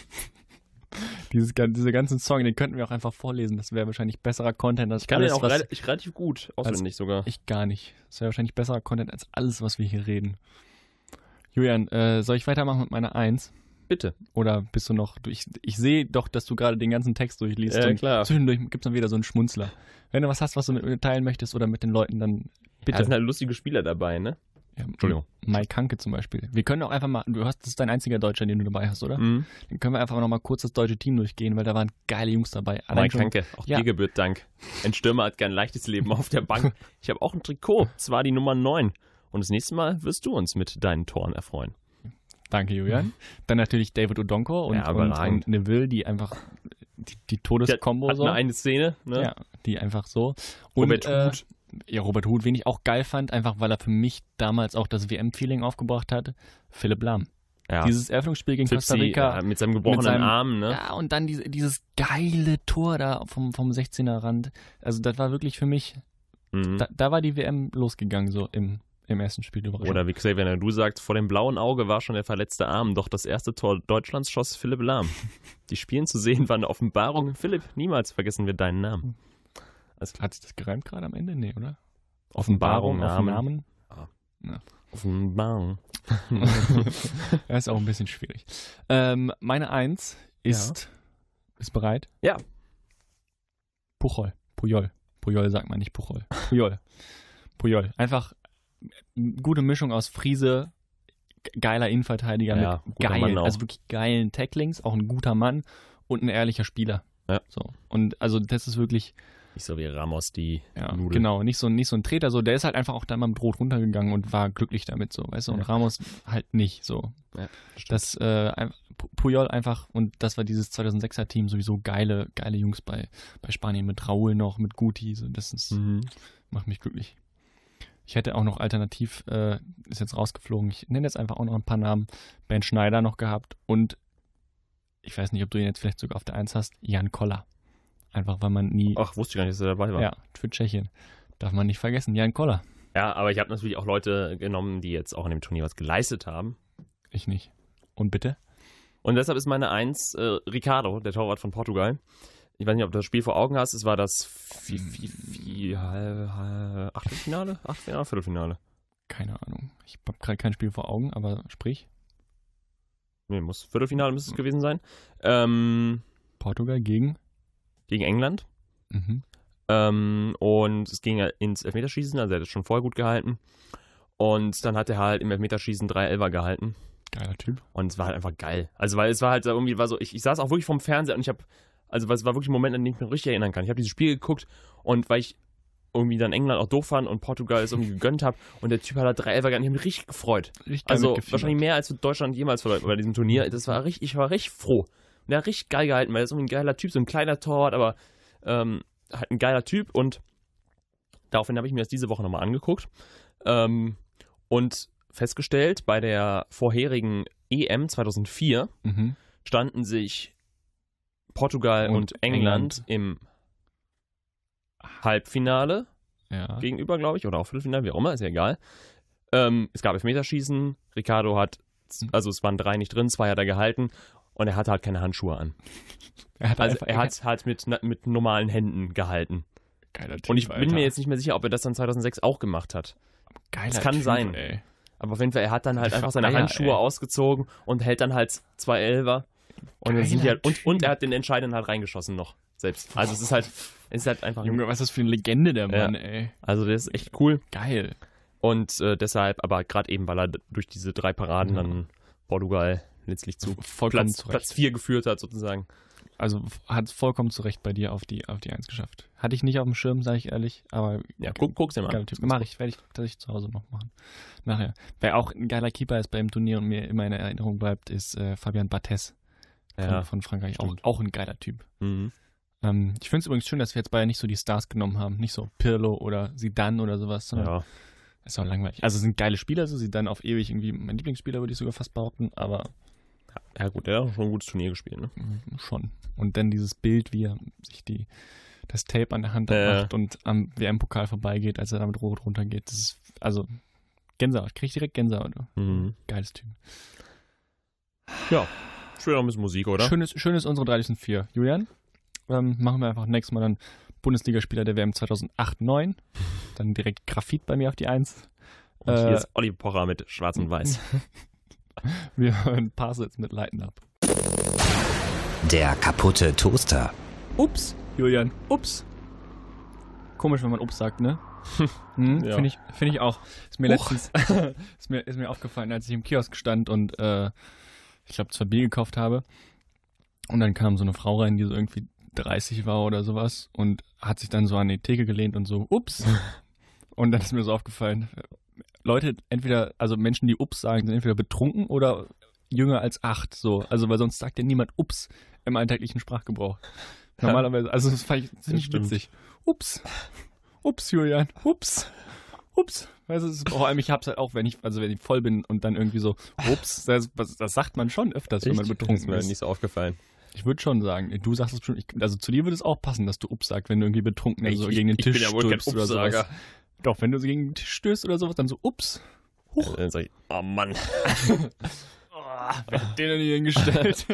Diese ganzen Songs, den könnten wir auch einfach vorlesen. Das wäre wahrscheinlich besserer Content als ich kann alles, den auch relativ gut auswendig sogar. Ich gar nicht. Das wäre wahrscheinlich besserer Content als alles, was wir hier reden. Julian, soll ich weitermachen mit meiner 1? Bitte. Oder bist du noch... Ich sehe doch, dass du gerade den ganzen Text durchliest. Ja, klar. Zwischendurch gibt es dann wieder so einen Schmunzler. Wenn du was hast, was du mit mir teilen möchtest oder mit den Leuten, dann bitte. Ja, da sind halt lustige Spieler dabei, ne? Ja, Entschuldigung. Mike Hanke zum Beispiel. Wir können auch einfach mal... Das ist dein einziger Deutscher, den du dabei hast, oder? Mhm. Dann können wir einfach noch mal kurz das deutsche Team durchgehen, weil da waren geile Jungs dabei. Mike Hanke, auch dir gebührt Dank. Ein Stürmer hat kein leichtes Leben auf der Bank. Ich habe auch ein Trikot, zwar die Nummer 9. Und das nächste Mal wirst du uns mit deinen Toren erfreuen. Danke, Julian. Dann natürlich David Odonko und Neville, die einfach die Todeskombo so. Eine Szene, ne? Ja, die einfach so. Und Robert Huth, wen ich auch geil fand, einfach weil er für mich damals auch das WM-Feeling aufgebracht hat, Philipp Lahm. Ja. Dieses Eröffnungsspiel gegen Costa Rica. Mit seinem gebrochenen Arm, ne? Ja, und dann dieses geile Tor da vom 16er Rand. Also das war wirklich für mich, da war die WM losgegangen, so im ersten Spiel. Oder wie Xavier Naidoo sagt, vor dem blauen Auge war schon der verletzte Arm, doch das erste Tor Deutschlands schoss Philipp Lahm. Die Spielen zu sehen war eine Offenbarung. Philipp, niemals vergessen wir deinen Namen. Also, hat sich das gereimt gerade am Ende? Nee, oder? Offenbarung, Namen. Ja. Offenbarung. Das ist auch ein bisschen schwierig. Meine 1 ist... Ist bereit? Ja. Pujol sagt man nicht Pujol. Pujol. Einfach gute Mischung aus Friese, geiler Innenverteidiger mit geilen, also wirklich geilen Tacklings, auch ein guter Mann und ein ehrlicher Spieler. Ja. So. Und also das ist wirklich nicht so wie Ramos, die Nudel. Genau, nicht so ein Treter, so, der ist halt einfach auch dann mal mit Rot runtergegangen und war glücklich damit, so, weißt du, und Ramos halt nicht, so. Ja, das, Puyol einfach, und das war dieses 2006er Team, sowieso geile Jungs bei Spanien, mit Raúl noch, mit Guti, so, das ist, macht mich glücklich. Ich hätte auch noch alternativ, ist jetzt rausgeflogen, ich nenne jetzt einfach auch noch ein paar Namen, Ben Schneider noch gehabt und ich weiß nicht, ob du ihn jetzt vielleicht sogar auf der 1 hast, Jan Koller. Einfach, weil man nie... Ach, wusste ich gar nicht, dass er dabei war. Ja, für Tschechien. Darf man nicht vergessen, Jan Koller. Ja, aber ich habe natürlich auch Leute genommen, die jetzt auch in dem Turnier was geleistet haben. Ich nicht. Und bitte? Und deshalb ist meine 1 Ricardo, der Torwart von Portugal. Ich weiß nicht, ob du das Spiel vor Augen hast. Es war das Achtelfinale? Achtelfinale? Viertelfinale? Keine Ahnung. Ich habe gerade kein Spiel vor Augen, aber sprich. Nee, Viertelfinale müsste es gewesen sein. Portugal gegen England. Und es ging ja ins Elfmeterschießen, also er hat es schon vorher gut gehalten. Und dann hat er halt im Elfmeterschießen 3 Elfer gehalten. Geiler Typ. Und es war halt einfach geil. Also, weil es war halt irgendwie, ich saß auch wirklich vorm Fernseher und es war wirklich ein Moment, an den ich mich richtig erinnern kann. Ich habe dieses Spiel geguckt und weil ich irgendwie dann England auch doof fand und Portugal es irgendwie gegönnt habe und der Typ hat halt 3 Elfer gehalten, ich habe mich richtig gefreut. Also wahrscheinlich mehr als Deutschland jemals bei diesem Turnier. Ich war richtig froh. Und der hat richtig geil gehalten, weil er ist irgendwie ein geiler Typ, so ein kleiner Torwart, aber halt ein geiler Typ und daraufhin habe ich mir das diese Woche nochmal angeguckt und festgestellt, bei der vorherigen EM 2004 standen sich Portugal und England im Halbfinale gegenüber, glaube ich, oder auch Viertelfinale, wie auch immer, ist ja egal. Es gab Elfmeterschießen, Ricardo also es waren 3 nicht drin, 2 hat er gehalten und er hatte halt keine Handschuhe an. Er hat halt mit normalen Händen gehalten. Geiler Typ, und ich bin mir jetzt nicht mehr sicher, ob er das dann 2006 auch gemacht hat. Das kann sein. Ey. Aber auf jeden Fall, er hat dann halt einfach seine Handschuhe ausgezogen und hält dann halt 2 Elfer. Und, und er hat den Entscheidenden halt reingeschossen noch selbst. Also es ist halt einfach... Junge, was ist das für eine Legende, der Mann, ey. Also der ist echt cool. Geil. Und deshalb, aber gerade eben, weil er durch diese 3 Paraden dann Portugal letztlich zu Platz 4 geführt hat, sozusagen. Also hat es vollkommen zu Recht bei dir auf die 1 geschafft. Hatte ich nicht auf dem Schirm, sage ich ehrlich, aber ja, guck's dir mal an. Werde ich tatsächlich zu Hause noch machen. Nachher. Wer auch ein geiler Keeper ist beim Turnier und mir immer in Erinnerung bleibt, ist Fabian Barthez von Frankreich. Auch ein geiler Typ. Mhm. Ich finde es übrigens schön, dass wir jetzt beide nicht so die Stars genommen haben. Nicht so Pirlo oder Zidane oder sowas, sondern ist auch langweilig. Also sind geile Spieler, so Zidane auf ewig irgendwie mein Lieblingsspieler, würde ich sogar fast behaupten, aber ja gut, der hat schon ein gutes Turnier gespielt, ne? Schon. Und dann dieses Bild, wie er sich das Tape an der Hand macht und am WM-Pokal vorbeigeht, als er damit rot runtergeht. Das ist, also, Gänsehaut. Krieg ich direkt Gänsehaut. Geiles Typ. Ja, schön auch ein bisschen Musik, oder? Schön ist unsere 3.4. Julian, machen wir einfach nächstes Mal dann Bundesligaspieler der WM 2008-9. Dann direkt Graphit bei mir auf die 1. Und hier ist Olli Pocher mit Schwarz und Weiß. Wir hören Parcels mit Lighten Up. Der kaputte Toaster. Ups, Julian, ups. Komisch, wenn man ups sagt, ne? Ja. Finde ich auch. Ist mir letztens ist mir aufgefallen, als ich im Kiosk stand und ich glaube 2 Bier gekauft habe. Und dann kam so eine Frau rein, die so irgendwie 30 war oder sowas und hat sich dann so an die Theke gelehnt und so, ups. Und dann ist mir so aufgefallen, Leute, also Menschen, die ups sagen, sind entweder betrunken oder jünger als 8, so. Also, weil sonst sagt ja niemand ups im alltäglichen Sprachgebrauch. Normalerweise, also das fand ich ziemlich witzig. Ups, Julian, ups. Weißt du, vor allem, ich hab's halt auch, wenn ich voll bin und dann irgendwie so, ups, das sagt man schon öfters, wenn man betrunken ist. Das ist mir nicht so aufgefallen. Ich würde schon sagen, du sagst es bestimmt, also zu dir würde es auch passen, dass du ups sagst, wenn du irgendwie betrunken so gegen den Tisch stößt oder sowas. Doch, wenn du so gegen den Tisch stößt oder sowas, dann so ups. Ja, dann sag ich, oh Mann. Wer hat den denn hier hingestellt?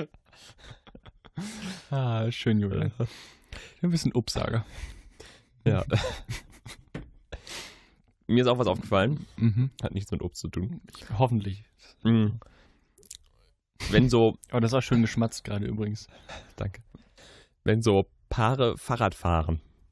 Schön, Julian. Ein bisschen Upsager. Ja. Mir ist auch was aufgefallen. Hat nichts mit Obst zu tun. Hoffentlich. Wenn so... Aber das war schön geschmatzt gerade übrigens. Danke. Wenn so Paare Fahrrad fahren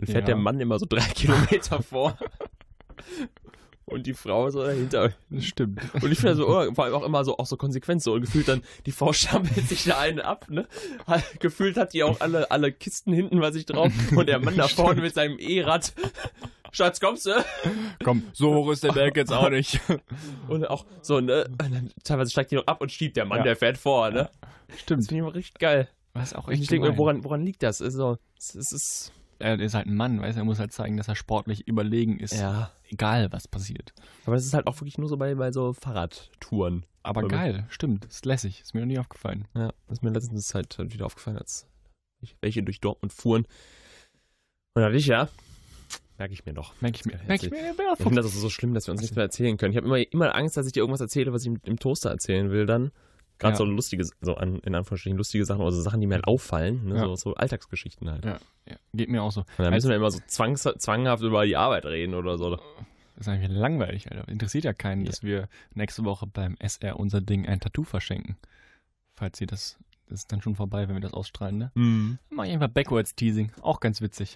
Dann fährt der Mann immer so 3 Kilometer vor. Und die Frau so dahinter. Das stimmt. Und ich finde so, vor allem auch immer so, auch so konsequent so. Und gefühlt dann, die Frau stammelt sich da einen ab, ne? Gefühlt hat die auch alle Kisten hinten bei sich drauf. Und der Mann da vorne mit seinem E-Rad. Schatz, kommst du? Komm, so hoch ist der Berg jetzt auch nicht. Und auch so, ne? Und dann teilweise steigt die noch ab und schiebt der Mann, der fährt vor, ne? Stimmt. Das finde ich immer richtig geil. Was auch Und ich denke mir, woran liegt das? Also, es ist... Er ist halt ein Mann, weißt du, er muss halt zeigen, dass er sportlich überlegen ist. Ja. Egal, was passiert. Aber das ist halt auch wirklich nur so bei so Fahrradtouren. Aber geil, stimmt, ist lässig, ist mir noch nie aufgefallen. Ja, das ist mir letztens halt wieder aufgefallen, als welche durch Dortmund fuhren. Und da hatte ich merke ich mir doch. Merke ich mir. Ich finde das so schlimm, dass wir uns nichts mehr erzählen können. Ich habe immer Angst, dass ich dir irgendwas erzähle, was ich im Toaster erzählen will dann. Gerade so lustige, in Anführungsstrichen lustige Sachen, oder so Sachen, die mir halt auffallen. Ne? So Alltagsgeschichten halt. Ja, geht mir auch so. Und dann müssen wir immer so zwanghaft über die Arbeit reden oder so. Das ist eigentlich langweilig, Alter. Interessiert ja keinen, dass wir nächste Woche beim SR unser Ding ein Tattoo verschenken. Falls ihr das ist dann schon vorbei, wenn wir das ausstrahlen, ne? Mhm. Dann mach ich einfach Backwards-Teasing. Auch ganz witzig.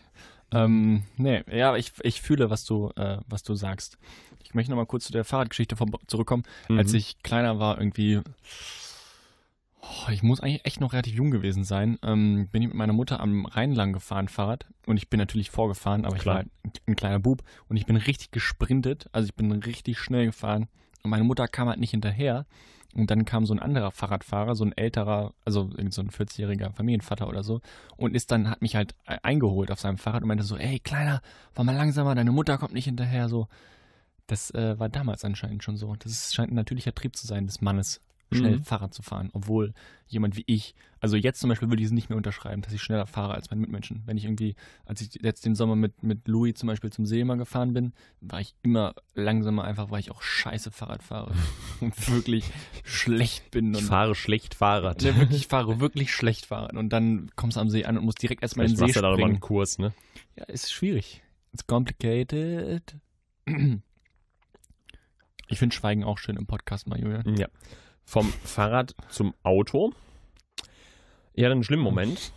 Ich fühle, was du sagst. Ich möchte nochmal kurz zu der Fahrradgeschichte zurückkommen. Als ich kleiner war, irgendwie... ich muss eigentlich echt noch relativ jung gewesen sein. Bin ich mit meiner Mutter am Rhein lang gefahren, Fahrrad. Und ich bin natürlich vorgefahren, aber ich war halt ein kleiner Bub. Und ich bin richtig gesprintet. Also ich bin richtig schnell gefahren. Und meine Mutter kam halt nicht hinterher. Und dann kam so ein anderer Fahrradfahrer, so ein älterer, also irgend so ein 40-jähriger Familienvater oder so. Und hat mich halt eingeholt auf seinem Fahrrad und meinte so, ey, Kleiner, fahr mal langsamer, deine Mutter kommt nicht hinterher. So, das war damals anscheinend schon so. Das scheint ein natürlicher Trieb zu sein des Mannes, schnell Fahrrad zu fahren, obwohl jemand wie ich, also jetzt zum Beispiel würde ich es nicht mehr unterschreiben, dass ich schneller fahre als meine Mitmenschen. Wenn ich irgendwie, als ich jetzt den Sommer mit Louis zum Beispiel zum See mal gefahren bin, war ich immer langsamer, einfach weil ich auch scheiße Fahrrad fahre und wirklich schlecht bin. Und ich fahre schlecht Fahrrad. Ja, wirklich, ich fahre wirklich schlecht Fahrrad und dann kommst du am See an und musst direkt erstmal in den See springen. Machst du da einen Kurs, ne? Ja, ist schwierig. It's complicated. Ich finde Schweigen auch schön im Podcast mal, Julian. Ja. Vom Fahrrad zum Auto. Ich hatte einen schlimmen Moment.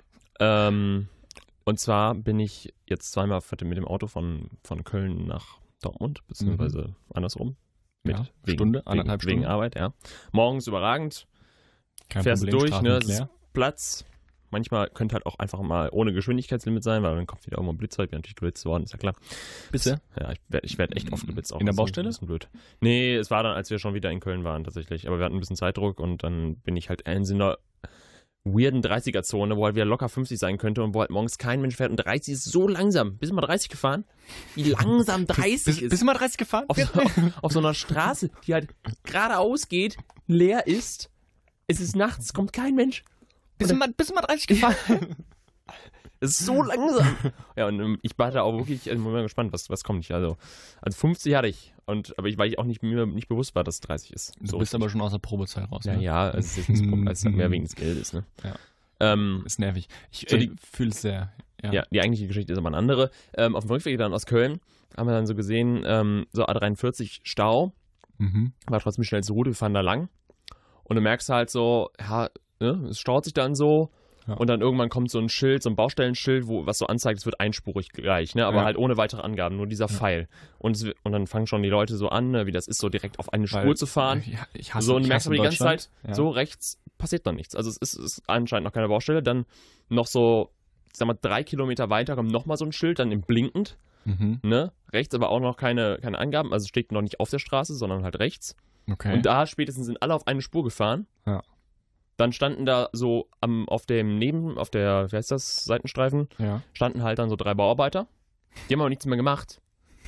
Und zwar bin ich jetzt zweimal mit dem Auto von Köln nach Dortmund, beziehungsweise andersrum. Anderthalb Stunden. Wegen Arbeit, ja. Morgens überragend. Kein fährst Problem, durch, ne? Es ist leer. Platz. Manchmal könnte halt auch einfach mal ohne Geschwindigkeitslimit sein, weil dann kommt wieder irgendwo ein Blitzer. Ich bin natürlich geblitzt worden, ist ja klar. Bitte? Ja, ich werd echt oft geblitzt. Auch in der Baustelle? Das ist blöd. Nee, es war dann, als wir schon wieder in Köln waren tatsächlich. Aber wir hatten ein bisschen Zeitdruck und dann bin ich halt in so einer weirden 30er-Zone, wo halt wieder locker 50 sein könnte und wo halt morgens kein Mensch fährt. Und 30 ist so langsam. Bist du mal 30 gefahren? Wie langsam 30 ist. Bist du mal 30 gefahren? Auf so einer Straße, die halt geradeaus geht, leer ist. Es ist nachts, kommt kein Mensch. Bist du mal 30 gefahren? Das ist so langsam. Ja, und ich war da auch wirklich, ich bin mal gespannt, was kommt. Also 50 hatte ich. Aber weil ich auch nicht bewusst war, dass es 30 ist. Du bist aber schon aus der Probezeit raus, ne? Ja, also es ist jetzt nicht als mehr wegen des Geldes, ne? Ja. Ist nervig. Ich fühle es sehr. Ja, die eigentliche Geschichte ist aber eine andere. Auf dem Rückweg dann aus Köln haben wir dann so gesehen, so A43 Stau. War trotzdem schnell so gut, wir fahren da lang. Und du merkst halt so, ja, ne, es staut sich dann so. Ja. Und dann irgendwann kommt so ein Schild, so ein Baustellenschild, was so anzeigt, es wird einspurig gleich, ne? Aber halt ohne weitere Angaben, nur dieser Pfeil. Und dann fangen schon die Leute so an, ne, wie das ist, so direkt auf eine Spur zu fahren. Ich hasse, so, und du merkst aber die ganze Zeit, so rechts passiert noch nichts. Also es ist anscheinend noch keine Baustelle. Dann noch so, ich sag mal, 3 Kilometer weiter kommt nochmal so ein Schild, dann im blinkend, ne? Rechts aber auch noch keine Angaben, also steht noch nicht auf der Straße, sondern halt rechts. Okay. Und da spätestens sind alle auf eine Spur gefahren. Ja. Dann standen da so auf der, wie heißt das, Seitenstreifen, standen halt dann so 3 Bauarbeiter. Die haben aber nichts mehr gemacht.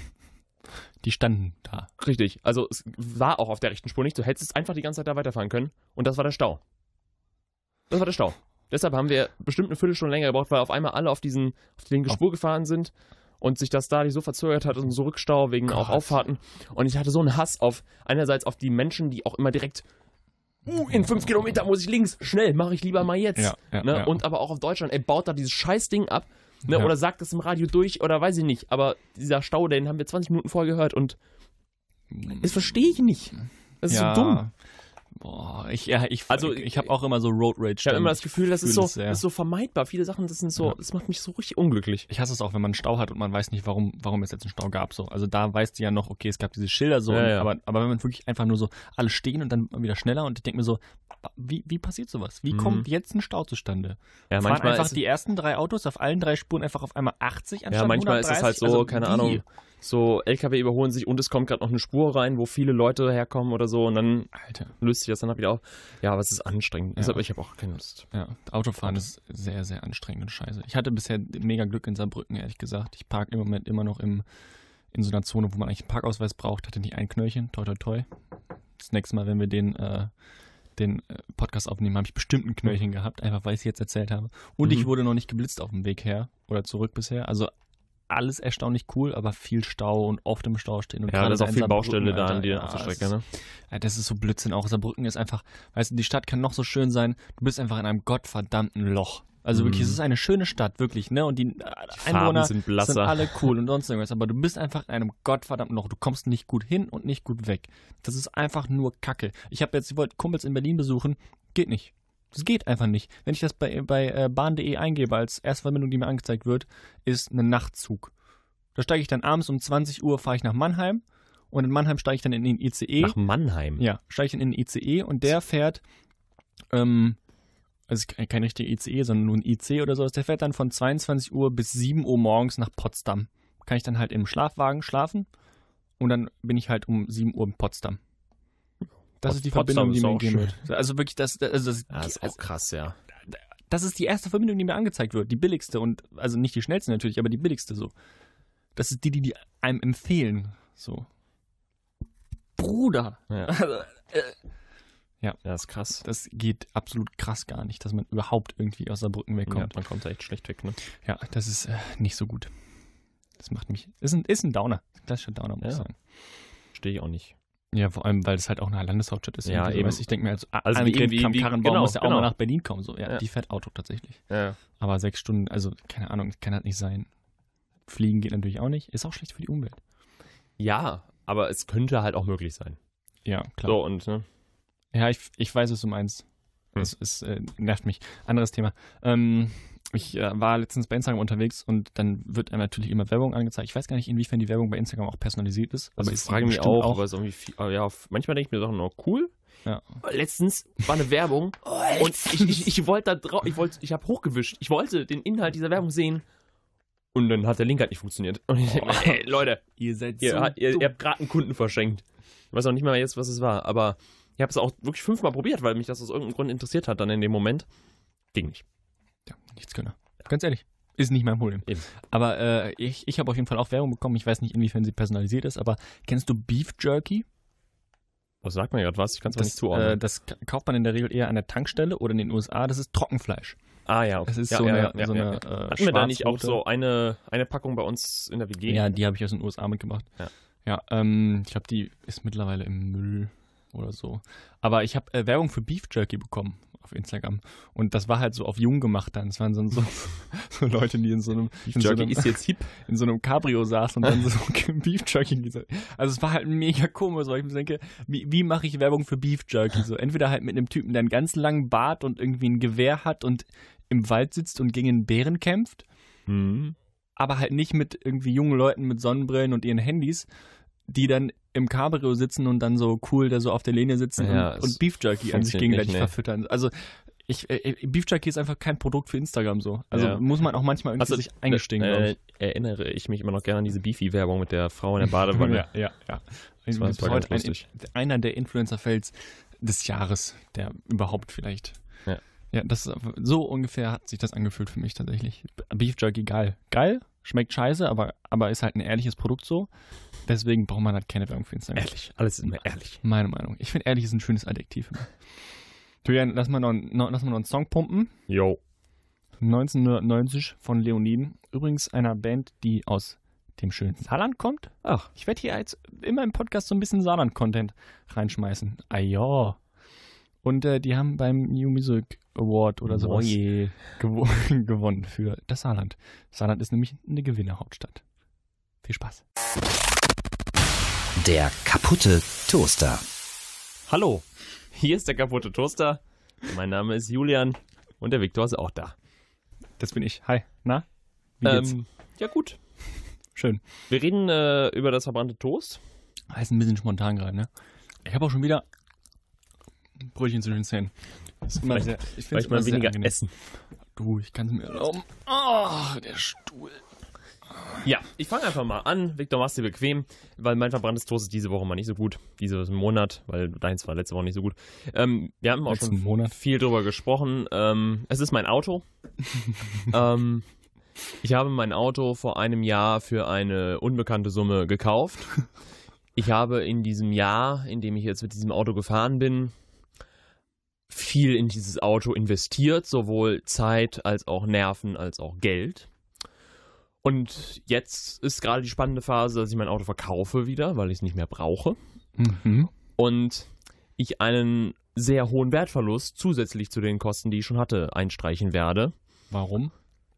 Die standen da. Richtig. Also es war auch auf der rechten Spur nicht. Du hättest einfach die ganze Zeit da weiterfahren können. Und das war der Stau. Deshalb haben wir bestimmt eine Viertelstunde länger gebraucht, weil auf einmal alle auf die linke Spur gefahren sind und sich das da so verzögert hat und so Rückstau wegen auch Auffahrten. Und ich hatte so einen Hass einerseits auf die Menschen, die auch immer direkt in 5 Kilometer muss ich links, schnell, mache ich lieber mal jetzt. Ne? Und aber auch auf Deutschland, baut da dieses Scheißding ab, ne? Oder sagt das im Radio durch oder weiß ich nicht. Aber dieser Stau, den haben wir 20 Minuten vorher gehört und das verstehe ich nicht. Das ist so dumm. Boah, ich habe auch immer so Road Rage. Ich habe immer das Gefühl, das ist so vermeidbar. Viele Sachen, das macht mich so richtig unglücklich. Ich hasse es auch, wenn man einen Stau hat und man weiß nicht, warum es jetzt einen Stau gab. So. Also da weißt du ja noch, okay, es gab diese Schilder so, aber wenn man wirklich einfach nur so alle stehen und dann wieder schneller und ich denke mir so, wie passiert sowas? Wie kommt jetzt ein Stau zustande? Ja, fahren manchmal einfach die ersten 3 Autos auf allen 3 Spuren einfach auf einmal 80 anstatt 130? Ja, manchmal ist es halt so, also keine Ahnung, so LKW überholen sich und es kommt gerade noch eine Spur rein, wo viele Leute herkommen oder so und dann löst sich das dann wieder auf. Ja, aber es ist anstrengend. Deshalb, ich habe auch keine Lust. Ja, Autofahren ist sehr, sehr anstrengend und scheiße. Ich hatte bisher mega Glück in Saarbrücken, ehrlich gesagt. Ich parke im Moment immer noch in so einer Zone, wo man eigentlich einen Parkausweis braucht. Hatte nicht ein Knöllchen. Toi, toi, toi. Das nächste Mal, wenn wir den Podcast aufnehmen, habe ich bestimmt ein Knöllchen gehabt, einfach weil ich es jetzt erzählt habe. Und ich wurde noch nicht geblitzt auf dem Weg her oder zurück bisher. Also alles erstaunlich cool, aber viel Stau und oft im Stau stehen. Und ja, da ist auch viel Baustelle da an der Strecke, ne? Das ist so Blödsinn. Auch Saarbrücken ist einfach, weißt du, die Stadt kann noch so schön sein, du bist einfach in einem gottverdammten Loch. Also wirklich, es ist eine schöne Stadt, wirklich, ne? Und die Einwohner sind alle cool und sonst irgendwas. Aber du bist einfach in einem gottverdammten Loch. Du kommst nicht gut hin und nicht gut weg. Das ist einfach nur Kacke. Ich wollte Kumpels in Berlin besuchen, geht nicht. Das geht einfach nicht. Wenn ich das bei bahn.de eingebe, als erste Verbindung, die mir angezeigt wird, ist ein Nachtzug. Da steige ich dann abends um 20 Uhr, fahre ich nach Mannheim und in Mannheim steige ich dann in den ICE. Nach Mannheim? Ja, steige ich dann in den ICE und der fährt, also kein richtiger ICE, sondern nur ein IC oder sowas, der fährt dann von 22 Uhr bis 7 Uhr morgens nach Potsdam. Kann ich dann halt im Schlafwagen schlafen und dann bin ich halt um 7 Uhr in Potsdam. Das ist die Verbindung, die mir gegeben wird. Also wirklich, das ist auch krass, ja. Das ist die erste Verbindung, die mir angezeigt wird. Die billigste und, also nicht die schnellste natürlich, aber die billigste so. Das ist die einem empfehlen. So. Bruder. Ja. Also, ja, das ist krass. Das geht absolut krass gar nicht, dass man überhaupt irgendwie aus Saarbrücken wegkommt. Ja, man kommt da echt schlecht weg, ne? Ja, das ist nicht so gut. Das macht mich, ist ein Downer. Ein klassischer Downer, muss ich sagen. Stehe ich auch nicht. Ja, vor allem, weil es halt auch eine Landeshauptstadt ist. Ja, eben. Ich denke mir, also Karrenbauer muss ja auch mal nach Berlin kommen. So. Ja, die fährt Auto tatsächlich. Ja. Aber 6 Stunden, also keine Ahnung, kann halt nicht sein. Fliegen geht natürlich auch nicht. Ist auch schlecht für die Umwelt. Ja, aber es könnte halt auch möglich sein. Ja, klar. So, und, ne? Ja, ich weiß, was du meinst. Es nervt mich. Anderes Thema. Ich war letztens bei Instagram unterwegs und dann wird einem natürlich immer Werbung angezeigt. Ich weiß gar nicht, inwiefern die Werbung bei Instagram auch personalisiert ist. Also ich frage mich auch, aber es ist irgendwie manchmal denke ich mir Sachen, cool. Ja. Letztens war eine Werbung und ich wollte da drauf, ich habe hochgewischt. Ich wollte den Inhalt dieser Werbung sehen und dann hat der Link halt nicht funktioniert. Und ich denke mir, ey, Leute, ihr habt gerade einen Kunden verschenkt. Ich weiß auch nicht mal jetzt, was es war, aber ich habe es auch wirklich 5-mal probiert, weil mich das aus irgendeinem Grund interessiert hat dann in dem Moment. Ging nicht. Ja, nichts können. Ganz ehrlich, ist nicht mein Problem. Eben. Aber ich habe auf jeden Fall auch Werbung bekommen. Ich weiß nicht, inwiefern sie personalisiert ist, aber kennst du Beef Jerky? Was sagt man gerade was? Ich kann es mal nicht zuordnen. Das kauft man in der Regel eher an der Tankstelle oder in den USA. Das ist Trockenfleisch. Ah ja, okay. Das ist Hatten wir da nicht auch so eine Packung bei uns in der WG? Ja, die habe ich aus den USA mitgebracht. Ja, ich glaube, die ist mittlerweile im Müll oder so. Aber ich habe Werbung für Beef Jerky bekommen auf Instagram. Und das war halt so auf jung gemacht dann. Es waren so Leute, die in so einem ist jetzt hip. In so einem Cabrio saßen und dann so Beef Jerky gesagt. Also es war halt mega komisch, weil ich mir denke, wie mache ich Werbung für Beef Jerky? So entweder halt mit einem Typen, der einen ganz langen Bart und irgendwie ein Gewehr hat und im Wald sitzt und gegen einen Bären kämpft. Aber halt nicht mit irgendwie jungen Leuten mit Sonnenbrillen und ihren Handys, die dann im Cabrio sitzen und dann so cool da so auf der Lehne sitzen und Beef Jerky an sich gegenseitig verfüttern. Also Beef Jerky ist einfach kein Produkt für Instagram so. Also muss man auch manchmal irgendwie sich eingestehen. Erinnere ich mich immer noch gerne an diese Beefy-Werbung mit der Frau in der Badewanne. ja. Das war ganz lustig. Einer der Influencer-Fails des Jahres, der überhaupt vielleicht. Ja, so ungefähr hat sich das angefühlt für mich tatsächlich. Beef Jerky geil. Geil, schmeckt scheiße, aber ist halt ein ehrliches Produkt so. Deswegen braucht man halt keine Werbung für Instagram. Ehrlich, alles ist immer ehrlich. Meine Meinung. Ich finde, ehrlich ist ein schönes Adjektiv. Julian, lass mal noch einen Song pumpen. Jo. 1990 von Leoniden. Übrigens einer Band, die aus dem schönen Saarland kommt. Ach. Ich werde hier jetzt immer im Podcast so ein bisschen Saarland-Content reinschmeißen. Ah ja. Und die haben beim New Music Award oder sowas gewonnen für das Saarland. Saarland ist nämlich eine Gewinnerhauptstadt. Viel Spaß. Der kaputte Toaster. Hallo. Hier ist der kaputte Toaster. Mein Name ist Julian und der Viktor ist auch da. Das bin ich. Hi. Na? Wie geht's? Ja, gut. Schön. Wir reden über das verbrannte Toast. Ist ein bisschen spontan gerade, ne? Ich habe auch schon wieder Brötchen zwischen den Zähnen. Vielleicht mal weniger essen. Du, ich kann es mir erlauben. Oh, der Stuhl. Ja, ich fange einfach mal an. Viktor, mach's dir bequem, weil mein verbranntes Toast ist diese Woche mal nicht so gut. Diesen Monat, weil deins war letzte Woche nicht so gut. Wir haben auch schon viel drüber gesprochen. Es ist mein Auto. Ich habe mein Auto vor einem Jahr für eine unbekannte Summe gekauft. Ich habe in diesem Jahr, in dem ich jetzt mit diesem Auto gefahren bin, viel in dieses Auto investiert, sowohl Zeit als auch Nerven als auch Geld. Und jetzt ist gerade die spannende Phase, dass ich mein Auto verkaufe wieder, weil ich es nicht mehr brauche. Mhm. Und ich einen sehr hohen Wertverlust zusätzlich zu den Kosten, die ich schon hatte, einstreichen werde. Warum?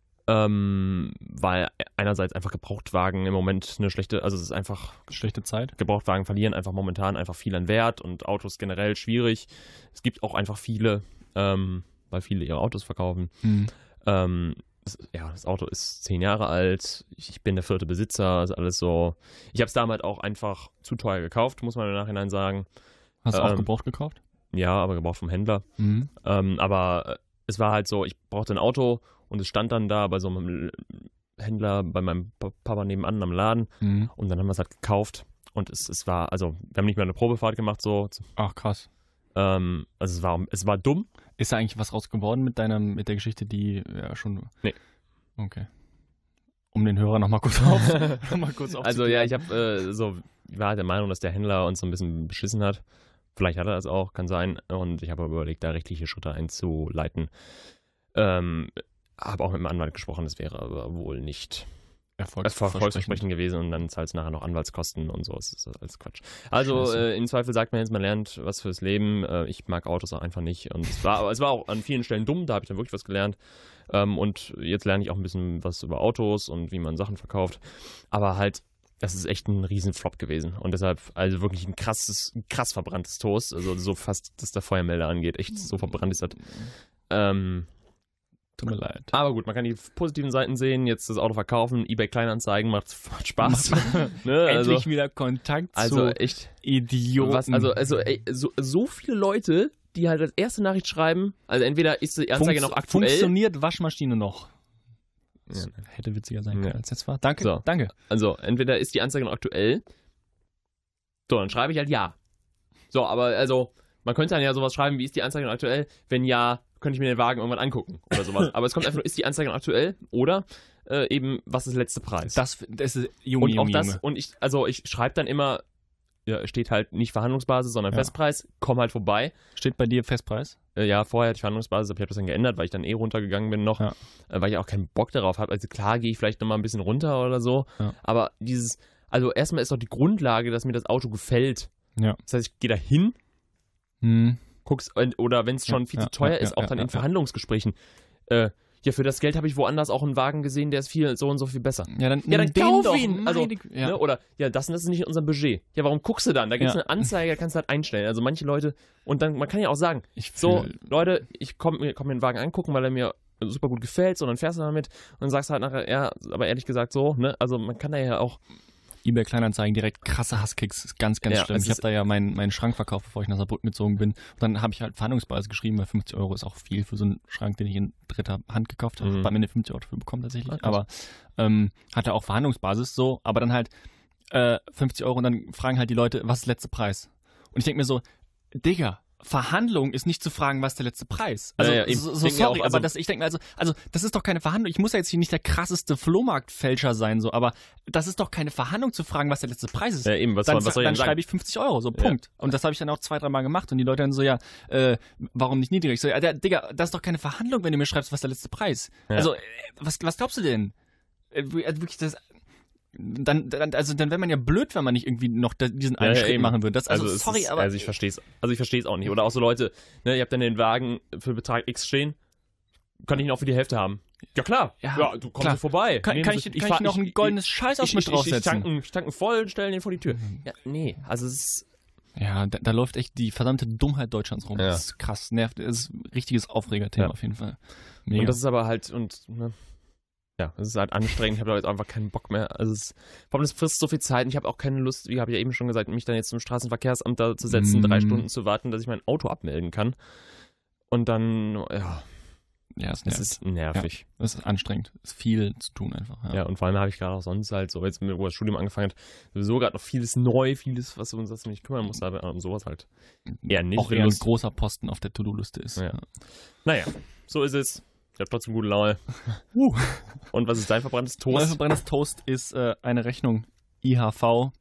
Weil einerseits einfach Gebrauchtwagen im Moment eine schlechte, also es ist einfach schlechte Zeit. Gebrauchtwagen verlieren einfach momentan einfach viel an Wert und Autos generell schwierig. Es gibt auch einfach viele, weil viele ihre Autos verkaufen. Das Auto ist 10 Jahre alt, ich bin der 4. Besitzer, ist alles so. Ich habe es damals auch einfach zu teuer gekauft, muss man im Nachhinein sagen. Hast du auch gebraucht gekauft? Ja, aber gebraucht vom Händler. Aber es war halt so, ich brauchte ein Auto und es stand dann da bei so einem Händler, bei meinem Papa nebenan am Laden und dann haben wir es halt gekauft und es war, also wir haben nicht mehr eine Probefahrt gemacht so. Ach krass. Also es war dumm. Ist da eigentlich was raus geworden mit der Geschichte, die ja schon... Nee. Okay. Um den Hörer nochmal kurz aufzuklären. Also ja, ich war halt der Meinung, dass der Händler uns so ein bisschen beschissen hat. Vielleicht hat er das auch, kann sein. Und ich habe überlegt, da rechtliche Schritte einzuleiten. Habe auch mit dem Anwalt gesprochen, das wäre aber wohl nicht erfolgsversprechend gewesen und dann zahlt es nachher noch Anwaltskosten und so. Das ist alles Quatsch. Also im Zweifel sagt man jetzt, man lernt was fürs Leben. Ich mag Autos auch einfach nicht. Und es war auch an vielen Stellen dumm, da habe ich dann wirklich was gelernt. Und jetzt lerne ich auch ein bisschen was über Autos und wie man Sachen verkauft. Aber halt, das ist echt ein Riesenflop gewesen. Und deshalb, also wirklich ein krass verbranntes Toast. Also so fast, dass der Feuermelder angeht. Echt so verbrannt ist das. Tut mir leid. Aber gut, man kann die positiven Seiten sehen. Jetzt das Auto verkaufen, eBay Kleinanzeigen macht Spaß. Ne? Endlich wieder Kontakt zu echt Idioten. So viele Leute, die halt als erste Nachricht schreiben, also entweder ist die Anzeige noch aktuell. Funktioniert Waschmaschine noch? Ja. Hätte witziger sein können, als jetzt war. Danke, so. Danke. Also entweder ist die Anzeige noch aktuell. So, dann schreibe ich halt ja. So, aber also, man könnte dann ja sowas schreiben, wie ist die Anzeige noch aktuell? Wenn ja, könnte ich mir den Wagen irgendwann angucken oder sowas. Aber es kommt einfach nur, ist die Anzeige noch aktuell oder eben, was ist der letzte Preis? Das ist Junge. Und ich schreibe dann immer, ja, steht halt nicht Verhandlungsbasis, sondern Festpreis, komm halt vorbei. Steht bei dir Festpreis? Ja, vorher hatte ich Verhandlungsbasis, aber ich habe das dann geändert, weil ich dann runtergegangen bin noch, weil ich auch keinen Bock darauf habe. Also klar gehe ich vielleicht nochmal ein bisschen runter oder so, aber also erstmal ist doch die Grundlage, dass mir das Auto gefällt. Ja. Das heißt, ich gehe da hin, guck's, oder wenn es schon viel zu teuer ist, auch dann in Verhandlungsgesprächen. Für das Geld habe ich woanders auch einen Wagen gesehen, der ist so und so viel besser. Ja, dann kauf ihn! Also, ne, oder, das ist nicht in unserem Budget. Ja, warum guckst du dann? Da gibt es eine Anzeige, da kannst du halt einstellen. Also manche Leute, und dann, man kann ja auch sagen, Leute, ich komm mir den Wagen angucken, weil er mir super gut gefällt, so, dann fährst du damit und dann sagst du halt nachher, ja, aber ehrlich gesagt so, ne, also man kann da ja auch eBay Kleinanzeigen direkt krasse Hasskicks, ist ganz schlimm. Ich habe da ja meinen Schrank verkauft, bevor ich nach Saarbrücken gezogen bin. Und dann habe ich halt Verhandlungsbasis geschrieben, weil 50 € ist auch viel für so einen Schrank, den ich in dritter Hand gekauft habe. Bei mir 50 € dafür bekommen tatsächlich. Okay. Aber hatte auch Verhandlungsbasis so, aber dann halt 50 € und dann fragen halt die Leute, was ist der letzte Preis? Und ich denke mir so, Digga, Verhandlung ist nicht zu fragen, was ist der letzte Preis. Also, sorry, aber ich denke mir also, das ist doch keine Verhandlung. Ich muss ja jetzt hier nicht der krasseste Flohmarktfälscher sein, so, aber das ist doch keine Verhandlung zu fragen, was der letzte Preis ist. Ja, eben, was soll ich dann schreibe ich 50 €, so, Punkt. Ja. Und das habe ich dann auch 2-3 Mal gemacht und die Leute dann so, warum nicht niedrig? Ich so, Digga, das ist doch keine Verhandlung, wenn du mir schreibst, was der letzte Preis. Ja. Also, was glaubst du denn? Wirklich, das... Dann wäre man ja blöd, wenn man nicht irgendwie noch diesen einen Schritt machen würde. Aber ich verstehe es auch nicht. Oder auch so Leute, ne, ihr habt dann den Wagen für Betrag X stehen, kann ich ihn auch für die Hälfte haben? Ja klar, du kommst vorbei. Kann ich noch ein goldenes Scheißausschnitt draufsetzen? Ich tanken voll, stellen den vor die Tür. Ja, nee, also es ist... Ja, da läuft echt die verdammte Dummheit Deutschlands rum. Ja. Das ist krass, nervt. Das ist ein richtiges Aufregerthema Ja. auf jeden Fall. Mega. Und das ist aber halt, ja, es ist halt anstrengend. Ich habe da jetzt einfach keinen Bock mehr. Also vor allem, das frisst so viel Zeit und ich habe auch keine Lust, wie habe ich ja eben schon gesagt, mich dann jetzt zum Straßenverkehrsamt da zu setzen, 3 Stunden zu warten, dass ich mein Auto abmelden kann. Und dann, ja, es ist nervig. Ja, es ist anstrengend. Es ist viel zu tun einfach. Ja, und vor allem habe ich gerade auch sonst halt so, jetzt wo das Studium angefangen hat, sowieso gerade noch vieles neu, vieles, was uns das nicht kümmern muss, aber um sowas halt eher nicht. Auch eher ein großer Posten auf der To-Do-Liste ist. Ja. Naja, so ist es. Ich habe trotzdem gute Laune. Und was ist dein verbranntes Toast? Mein verbranntes Toast ist eine Rechnung IHV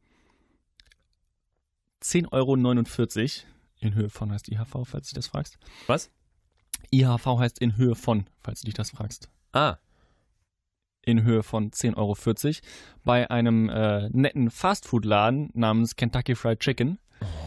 10,49 € in Höhe von heißt IHV, falls du dich das fragst. Was? IHV heißt in Höhe von, falls du dich das fragst. In Höhe von 10,40 € bei einem netten Fastfood-Laden namens Kentucky Fried Chicken.